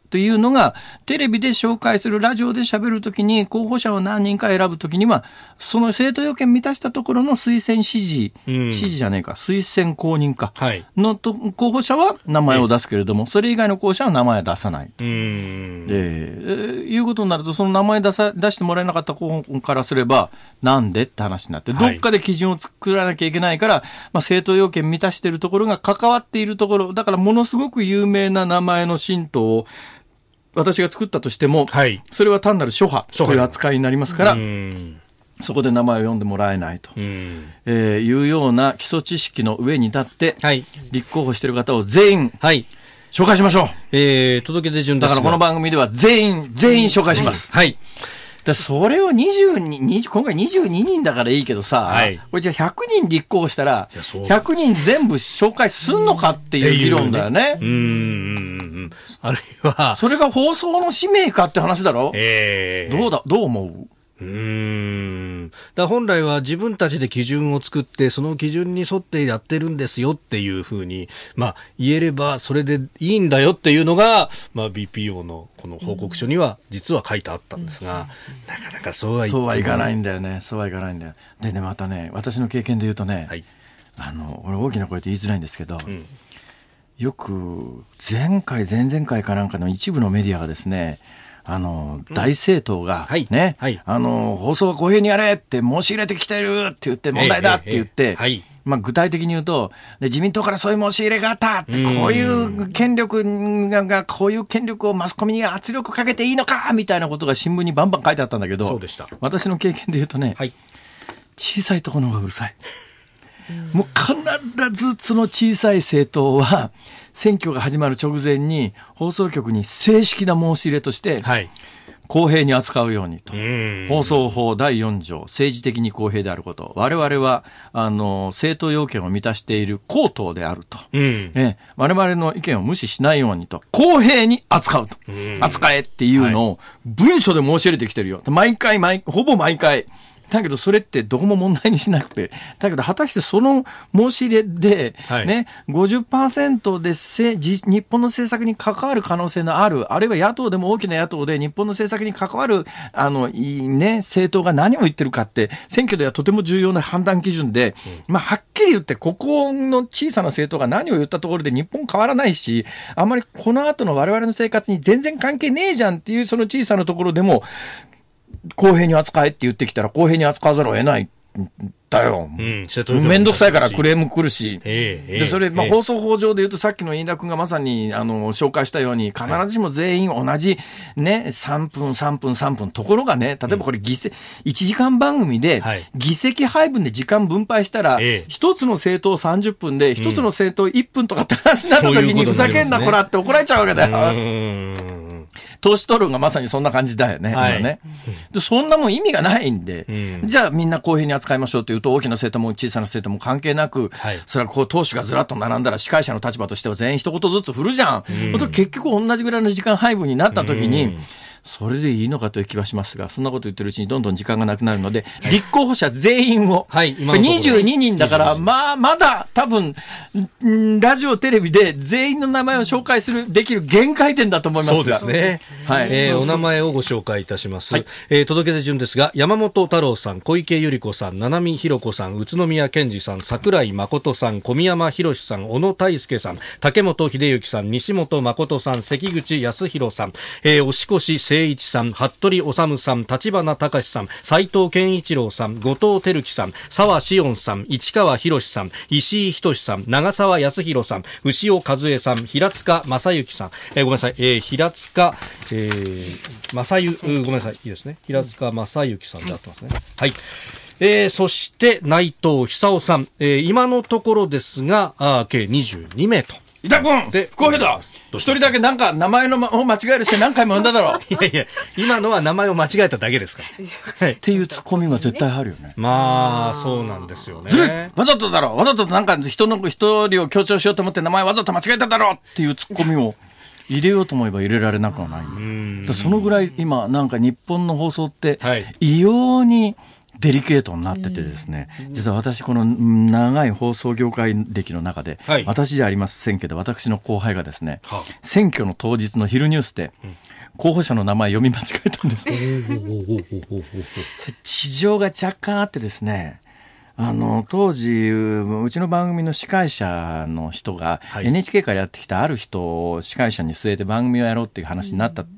というのが、テレビで紹介する、ラジオで喋るときに、候補者を何人か選ぶときには、その政党要件満たしたところの推薦支持じゃねえか、推薦公認か、はい、の候補者は名前を出すけれども、それ以外の候補者は名前は出さない。いうことになると、その名前出してもらえなかった候補からすれば、なんでって話になって、どっかで基準を作らなきゃいけないから、政党要件満たしているところが関わっているところ、だからものすごく有名な名前の新党を、私が作ったとしても、はい、それは単なる諸派という扱いになりますから、そこで名前を読んでもらえないと、いうような基礎知識の上に立って、はい、立候補している方を全員、はい、紹介しましょう。 届け出順ですが。 だからこの番組では全員紹介します。はい。それを今回22人だからいいけどさ、はい、これじゃあ100人立候補したら、100人全部紹介すんのかっていう議論だよね。 あるいは。 それが放送の使命かって話だろ。どう思う？ だ本来は自分たちで基準を作ってその基準に沿ってやってるんですよっていうふうに、言えればそれでいいんだよっていうのが、BPO のこの報告書には実は書いてあったんですが、なかなかそうはいかないんだよね。でね、またね、私の経験で言うとね、はい、俺大きな声で言いづらいんですけど、よく前々回かなんかの一部のメディアがですね、大政党がね、放送は公平にやれって申し入れてきてるって言って問題だって言って、具体的に言うと、自民党からそういう申し入れがあったって、こういう権力がこういう権力をマスコミに圧力かけていいのかみたいなことが新聞にバンバン書いてあったんだけど、そうでした。私の経験で言うとね、小さいところの方がうるさい。もう必ずその小さい政党は選挙が始まる直前に放送局に正式な申し入れとして、公平に扱うようにと。放送法第4条、政治的に公平であること。我々は、政党要件を満たしている公党であると。我々の意見を無視しないようにと。公平に扱うと。扱えっていうのを文書で申し入れてきてるよ。ほぼ毎回。だけどそれってどこも問題にしなくて、だけど果たしてその申し入れで、50% で日本の政策に関わる可能性のある、あるいは野党でも大きな野党で日本の政策に関わる、政党が何を言ってるかって、選挙ではとても重要な判断基準で、はっきり言って、ここの小さな政党が何を言ったところで日本変わらないし、あんまりこの後の我々の生活に全然関係ねえじゃんっていうその小さなところでも、公平に扱えって言ってきたら公平に扱わざるを得ないんだよ。めんどくさいからクレーム来るし。で、それ、放送法上で言うとさっきの飯田君がまさに、紹介したように、必ずしも全員同じ、3分。ところがね、例えばこれ1時間番組で、議席配分で時間分配したら、一つの政党30分で、一つの政党1分とかって話になった時に、ふざけんなこらって怒られちゃうわけだよ。党首討論がまさにそんな感じだよね。でそんなもん意味がないんで、じゃあみんな公平に扱いましょうというと、大きな政党も小さな政党も関係なく、それは党首がずらっと並んだら司会者の立場としては全員一言ずつ振るじゃん。結局同じぐらいの時間配分になった時に、それでいいのかという気はしますが、そんなこと言ってるうちにどんどん時間がなくなるので、立候補者全員を、22人だから、まだ多分、ラジオ、テレビで全員の名前を紹介できる限界点だと思いますが。 そうですね。お名前をご紹介いたします。届け出順ですが、山本太郎さん、小池百合子さん、七海弘子さん、宇都宮健児さん、桜井誠さん、小宮山博さん、小野泰輔さん、竹本秀之さん、西本誠さん、関口康弘さん、押越誠一さん、服部治さん、立花隆さん、斉藤健一郎さん、後藤輝樹さん、沢志音さん、市川博さん、石井仁さん、長澤康弘さん、牛尾和恵さん、平塚正幸さん、ごめんなさい、平塚、ごめんなさい、いいですね。平塚正幸さんであってますね。はい。そして内藤久夫さん、今のところですが、計22名と。 伊田君不公平だ。一人だけなんか名前のを間違えるして何回も呼んだだろ。 いや今のは名前を間違えただけですから。 っていうツッコミは絶対あるよね。 そうなんですよね。 わざとだろ。わざとなんか一人を強調しようと思って名前わざと間違えただろっていうツッコミを入れようと思えば入れられなくはない。そのぐらい今なんか日本の放送って異様にデリケートになっててですね、実は私この長い放送業界歴の中で、私じゃありませんけど、私の後輩がですね、選挙の当日の昼ニュースで、候補者の名前読み間違えたんです。事情が若干あってですね、当時、うちの番組の司会者の人が、NHK からやってきたある人を司会者に据えて番組をやろうっていう話になったって、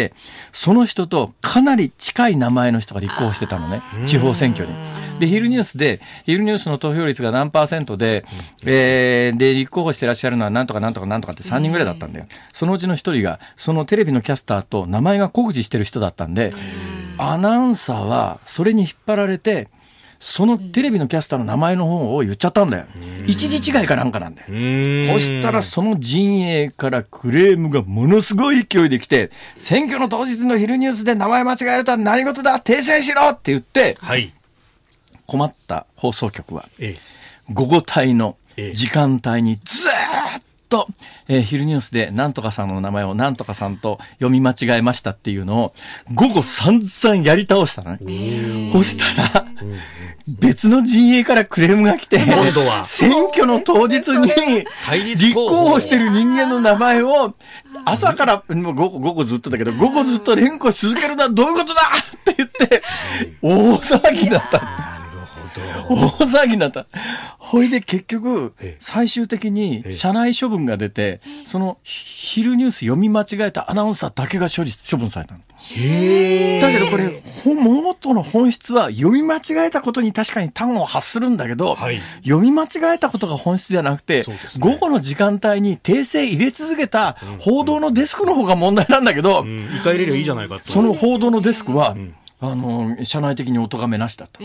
その人とかなり近い名前の人が立候補してたのね、地方選挙に。で、昼ニュースの投票率が何%で、で、立候補してらっしゃるのはなんとかなんとかなんとかって3人ぐらいだったんだよ。そのうちの1人が、そのテレビのキャスターと名前が酷似してる人だったんで、アナウンサーはそれに引っ張られて、そのテレビのキャスターの名前の方を言っちゃったんだよ。一時違いかなんかなんだよ。そしたらその陣営からクレームがものすごい勢いで来て、選挙の当日の昼ニュースで名前間違えるとは何事だ、訂正しろって言って、困った放送局は、午後帯の時間帯にずーっと、昼ニュースでなんとかさんの名前をなんとかさんと読み間違えましたっていうのを午後散々やり倒したのね。そしたら、別の陣営からクレームが来て、 今度は選挙の当日に立候補してる人間の名前を朝からもう午後ずっとだけど、午後ずっと連呼し続けるのはどういうことだって言って大騒ぎだった。大騒ぎになった。ほいで結局最終的に社内処分が出て、その昼ニュース読み間違えたアナウンサーだけが処分されたの。だけどこれ元の本質は読み間違えたことに確かに端を発するんだけど、読み間違えたことが本質じゃなくて、午後の時間帯に訂正入れ続けた報道のデスクの方が問題なんだけど、 一回入れればいいじゃないかと。 その報道のデスクは、社内的にお咎めなしだと。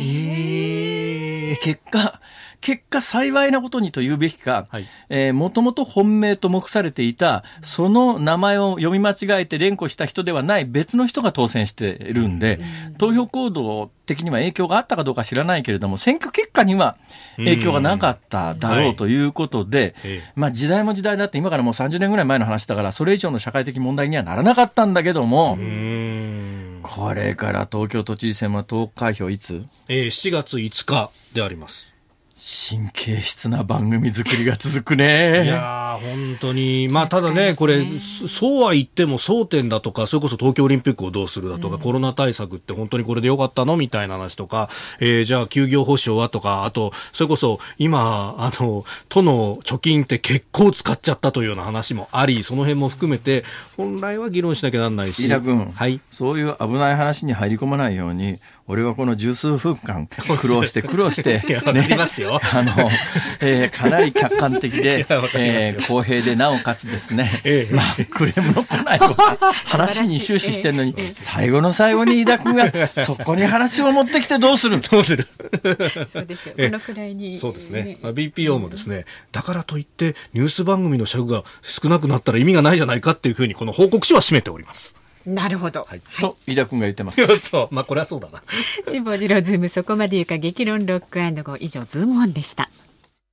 結果幸いなことにと言うべきか、もともと本命と目されていたその名前を読み間違えて連呼した人ではない別の人が当選しているんで、投票行動的には影響があったかどうか知らないけれども、選挙結果には影響がなかっただろうということで、時代も時代だって、今からもう30年ぐらい前の話だから、それ以上の社会的問題にはならなかったんだけども、これから東京都知事選は投開票いつ ？7月5日であります。 神経質な番組作りが続くね。 いやー、本当に。ただね、これ、そうは言っても争点だとか、それこそ東京オリンピックをどうするだとか、コロナ対策って本当にこれでよかったのみたいな話とか、じゃあ休業保障はとか、あと、それこそ今、都の貯金って結構使っちゃったというような話もあり、その辺も含めて、本来は議論しなきゃなんないし。 飯田君、そういう危ない話に入り込まないように、俺はこの十数分間苦労してね、ますよ。 かなり客観的で、公平でなおかつですね、クレームの来ないとか話に終始してるのに、最後の最後に飯田君がそこに話を持ってきてどうするそうですよ。このくらいに。 そうですね。BPO もですね、だからといってニュース番組の尺が少なくなったら意味がないじゃないかっていうふうにこの報告書は締めております。 なるほど。 と、飯田君が言ってます。 これはそうだな。 辛坊治郎ズームそこまで言うか激論ロック&ゴー以上ズームオンでした。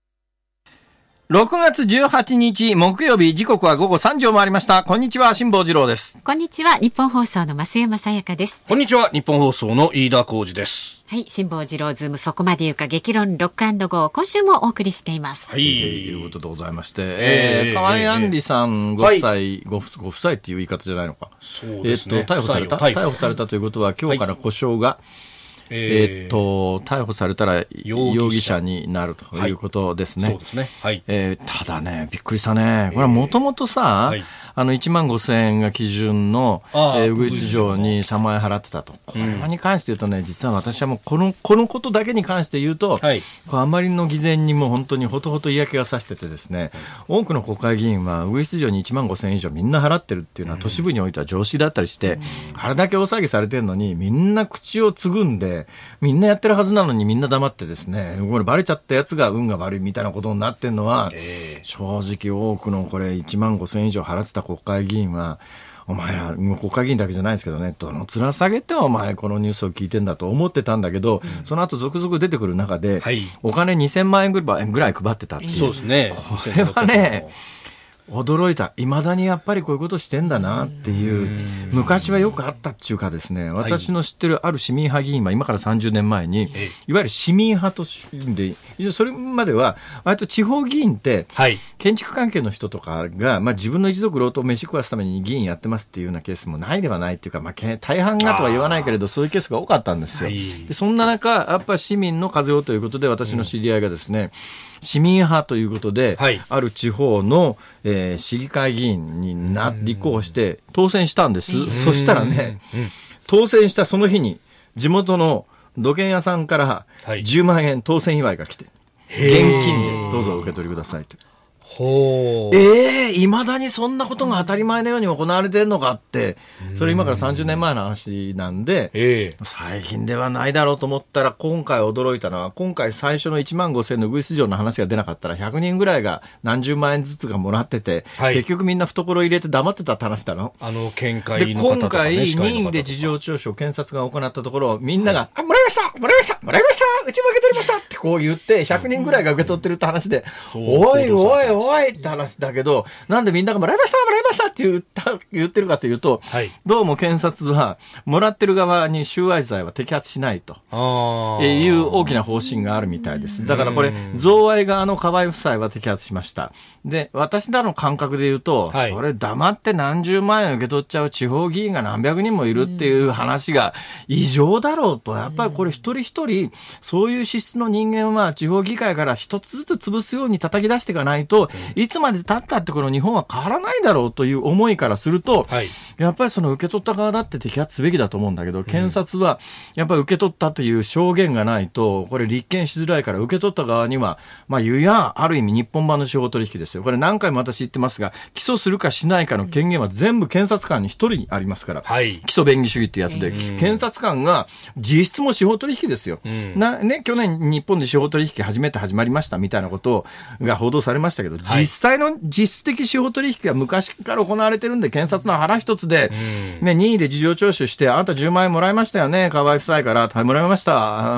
6月18日木曜日、時刻は午後3時を回りました。こんにちは、辛坊治郎です。 こんにちは、日本放送の増山さやかです。 こんにちは、日本放送の飯田浩司です。 はい、辛坊治郎ズームそこまで言うか激論ロック&ゴー、今週もお送りしています。 はい、ということでございまして、河合杏里さんご夫妻、ご夫妻っていう言い方じゃないのか。 そうですね。 逮捕されたということは、今日から呼称が、逮捕されたら容疑者になるということですね。 そうですね。はい。 ただね、びっくりしたね。これはもともとさ、15,000円が基準の、ウグイス嬢に3万円払ってたと。これに関して言うとね、実は私はもうこのことだけに関して言うと、あまりの偽善にもう本当にほとほと嫌気がさしててですね、多くの国会議員はウグイス嬢に15,000円以上みんな払ってるっていうのは都市部においては常識だったりして、あれだけ大騒ぎされてるのにみんな口をつぐんで、みんなやってるはずなのにみんな黙ってですね、これバレちゃったやつが運が悪いみたいなことになってるのは、正直多くのこれ15,000円以上払ってた国会議員は、お前ら国会議員だけじゃないですけどね、どの面下げてお前このニュースを聞いてんだと思ってたんだけど、その後続々出てくる中で、お金2,000万円ぐらい配ってたっていう。 そうですね。 これはね、 驚いた。未だにやっぱりこういうことしてんだなっていう、昔はよくあったっていうかですね、私の知ってるある市民派議員は今から30年前に、いわゆる市民派というんで、それまでは割と地方議員って、建築関係の人とかが、自分の一族郎党を飯食わすために議員やってますっていうようなケースもないではないっていうか、大半がとは言わないけれど、そういうケースが多かったんですよ。でそんな中、やっぱり市民の風をということで、私の知り合いがですね、市民派ということで、ある地方の、市議会議員に立候補して当選したんです。そしたらね、当選したその日に地元の土建屋さんから10万円当選祝いが来て、現金でどうぞお受け取りくださいと。未だにそんなことが当たり前のように行われているのかって、それ今から30年前の話なんで、最近ではないだろうと思ったら、今回驚いたのは、今回最初の1万5,000のウグイス嬢の話が出なかったら、100人ぐらいが何十万円ずつがもらってて、結局みんな懐入れて黙ってたって話だの。 見解の方とかね、 で、今回任意で事情聴取を検察が行ったところ、みんなが、もらいましたもらいましたもらいましたうちも受け取りましたってこう言って、100人ぐらいが受け取ってるって話で、おいおいおいって話だけど、なんでみんながもらいましたもらいましたって言ってるかというと、どうも検察はもらってる側に収賄罪は摘発しないという大きな方針があるみたいです。だからこれ贈賄側の河合夫妻は摘発しました。で、私らの感覚で言うと、それ黙って何十万円受け取っちゃう地方議員が何百人もいるっていう話が異常だろうと。やっぱりこれ一人一人そういう資質の人間は地方議会から一つずつ潰すように叩き出していかないと、いつまで経ったってこの日本は変わらないだろうという思いからすると、やっぱりその受け取った側だって摘発すべきだと思うんだけど、検察はやっぱり受け取ったという証言がないとこれ立件しづらいから、受け取った側には言やある意味日本版の司法取引ですよ。これ何回も私言ってますが、起訴するかしないかの権限は全部検察官に一人にありますから、基礎便宜主義ってやつで、検察官が実質も司法取引ですよ。去年日本で司法取引初めて始まりましたみたいなことが報道されましたけど、実際の実質的司法取引が昔から行われてるんで、検察の腹一つで、任意で事情聴取して、あなた10万円もらいましたよね、河合夫妻から、もらいました、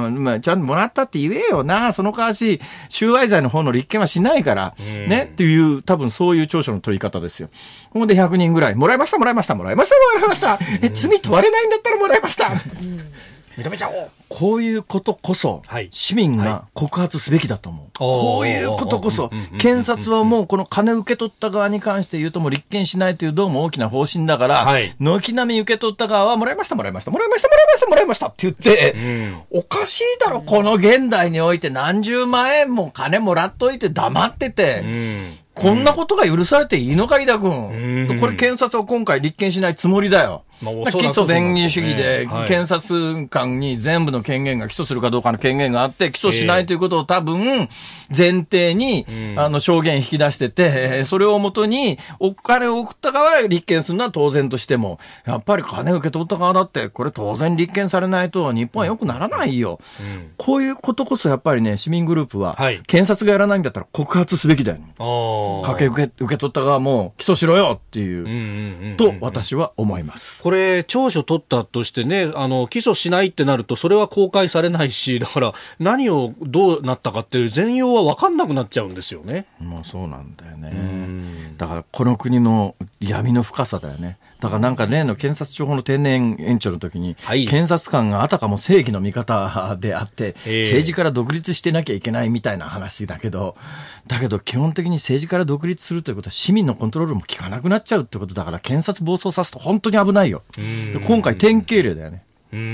ちゃんともらったって言えよな、その代わし収賄罪の方の立件はしないから、っていう、多分そういう調書の取り方ですよ。ここで100人ぐらい、もらいましたもらいましたもらいましたもらいました、罪問われないんだったらもらいました、認めちゃおう。こういうことこそ、市民が告発すべきだと思う。こういうことこそ、検察はもうこの金受け取った側に関して言うともう立件しないというどうも大きな方針だから、軒並み受け取った側はもらいましたもらいましたもらいましたもらいましたもらいましたって言って、おかしいだろ、この現代において何十万円も金もらっといて黙ってて、こんなことが許されていいのか、井田君。これ検察は今回立件しないつもりだよ。基礎便宜主義で、検察官に全部の権限が起訴するかどうかの権限があって、起訴しないということを多分、前提に、証言引き出してて、それをもとに、お金を送った側が立件するのは当然としても、やっぱり金を受け取った側だって、これ当然立件されないと日本は良くならないよ。こういうことこそやっぱりね、市民グループは、検察がやらないんだったら告発すべきだよ。受け取った側も起訴しろよっていう、と私は思います。 これ調書取ったとしてね、起訴しないってなるとそれは公開されないし、だから何をどうなったかっていう全容は分かんなくなっちゃうんですよね。 もうそうなんだよね。だからこの国の闇の深さだよね。だからなんか例の検察庁法の定年延長の時に、検察官があたかも正義の味方であって、政治から独立してなきゃいけないみたいな話だけど基本的に政治から独立するということは市民のコントロールも効かなくなっちゃうってことだから、検察暴走さすと本当に危ないよ。で今回典型例だよね。これ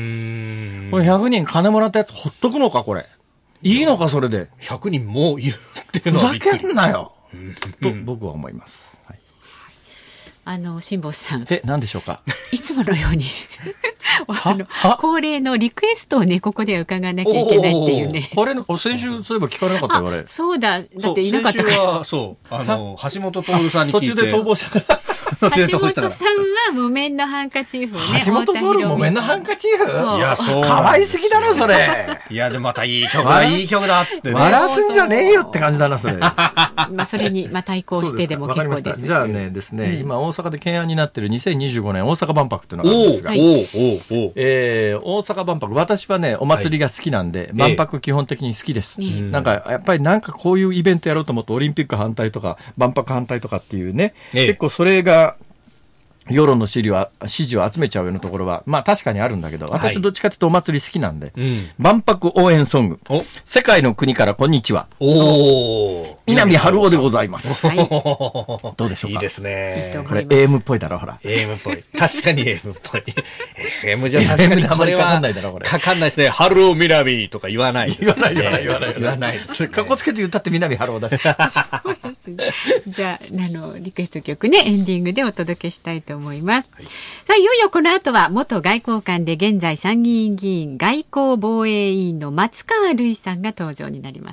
100人金もらったやつほっとくのか、これいいのか、それで 100人もいるっていうのはびっくり。 ふざけんなよと僕は思います。 辛坊さん。 何でしょうか。 いつものように恒例のリクエストをね、ここでは伺わなきゃいけないっていうね。 あれ、先週そういえば聞かれなかったよ、あれ。 そうだ、だっていなかったから。 そう、橋本徹さんに聞いて。 途中で逃亡したから。 橋本さんは木綿のハンカチーフをね。 橋本徹木綿のハンカチーフ。 いや、そう。 可愛すぎだろ、それ。 いや、でもまたいい曲だ、いい曲だっつってね。 笑わすんじゃねえよって感じだな、それ。 まあ、それに、対抗してでも結構です。 じゃあね、ですね、今大阪で懸案になっている2025年大阪万博っていうのがあるんですが、大阪万博、私はね、お祭りが好きなんで、万博基本的に好きです。なんか、やっぱりこういうイベントやろうと思って、オリンピック反対とか、万博反対とかっていうね、結構それが、世論の支持を集めちゃうようなところは、まあ確かにあるんだけど、私どっちかというとお祭り好きなんで、万博応援ソング、世界の国からこんにちは。南春夫でございます。どうでしょうか。 いいですね。 これ AM っぽいだろ、ほら。 AM っぽい。確かに AM っぽい。FM じゃ確かにこれはかかんないだろ、これ。 かかんないですね。春夫南とか言わない。 言わない。かっこつけて言ったって南春夫だし。 そうですね。じゃあ、リクエスト曲ね、エンディングでお届けしたいと思います。さあ、いよいよこの後は元外交官で現在参議院議員外交防衛委員の松川るいさんが登場になります。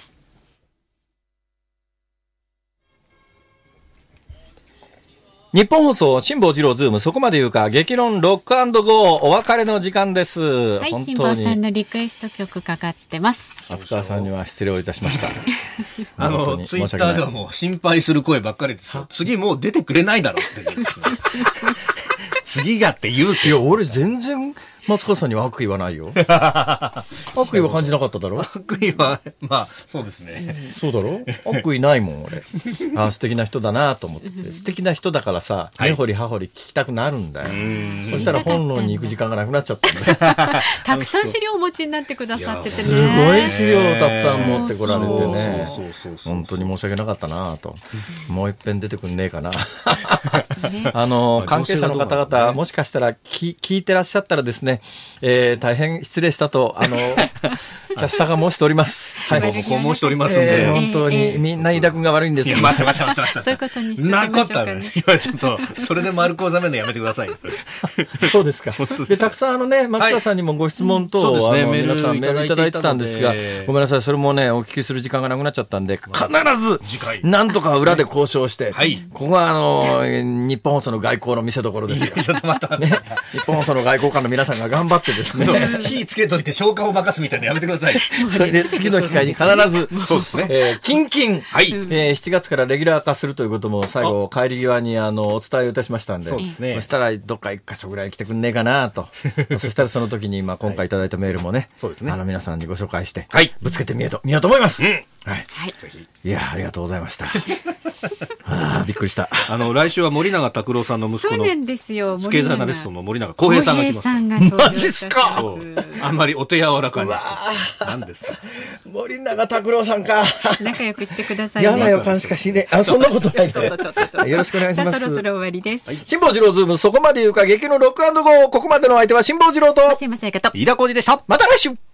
日本放送辛坊治郎ズーム、そこまで言うか、激論ロック&ゴー、お別れの時間です。 はい、辛坊さんのリクエスト曲かかってます。 松川さんには失礼をいたしました。 ツイッターではもう心配する声ばっかりですよ。次もう出てくれないだろうって言うんですね。次がって言うけど。 いや、俺全然松川さんには悪意はないよ。悪意は感じなかっただろ。 悪意は、まあ、そうですね。 そうだろ。悪意ないもん、俺。素敵な人だなと思って。素敵な人だからさ、根掘り葉掘り聞きたくなるんだよ。そしたら本論に行く時間がなくなっちゃったんだよ。 たくさん資料をお持ちになってくださっててね。 すごい資料をたくさん持ってこられてね。本当に申し訳なかったなと。もう一遍出てくんねえかな。関係者の方々、もしかしたら聞いてらっしゃったらですね、大変失礼したと、キャスターが申しております。 はい。僕も申しておりますんで。 本当に、みんな飯田君が悪いんですよ。 待って。 そういうことにしておきましょうかね。 今ちょっと、それで丸く収めるのやめてください。 そうですか。で、たくさん松川さんにもご質問と、皆さんメールいただいてたんですが、ごめんなさい、それもね、お聞きする時間がなくなっちゃったんで、必ず、なんとか裏で交渉して、ここが日本放送の外交の見せ所ですよ。 ちょっと待って。 日本放送の外交官の皆さんが頑張ってですね。 火つけといて消化を任すみたいなやめてください。 それで次の機会に必ず、そうですね。キンキン、7月からレギュラー化するということも最後帰り際にお伝えいたしましたんで、そうですね。そしたらどっか一箇所ぐらい来てくんねえかなと。そしたらその時に今回いただいたメールもね、そうですね。皆さんにご紹介して、ぶつけてみようと思います。はい。いや、ありがとうございました。びっくりした。 来週は森永卓郎さんの息子の、 そうなんですよ。 スケージャーナリストの森永康平さんが来ます。 マジっすか。 あんまりお手柔らかに。何ですか。 森永卓郎さんか。 仲良くしてくださいね。 嫌な予感しかしねえ。そんなことないで。よろしくお願いします。 そろそろ終わりです。 辛坊治郎ズーム、そこまで言うか、激のロック&ゴー。ここまでの相手は辛坊治郎と、 すいません、飯田浩司でした。 また来週。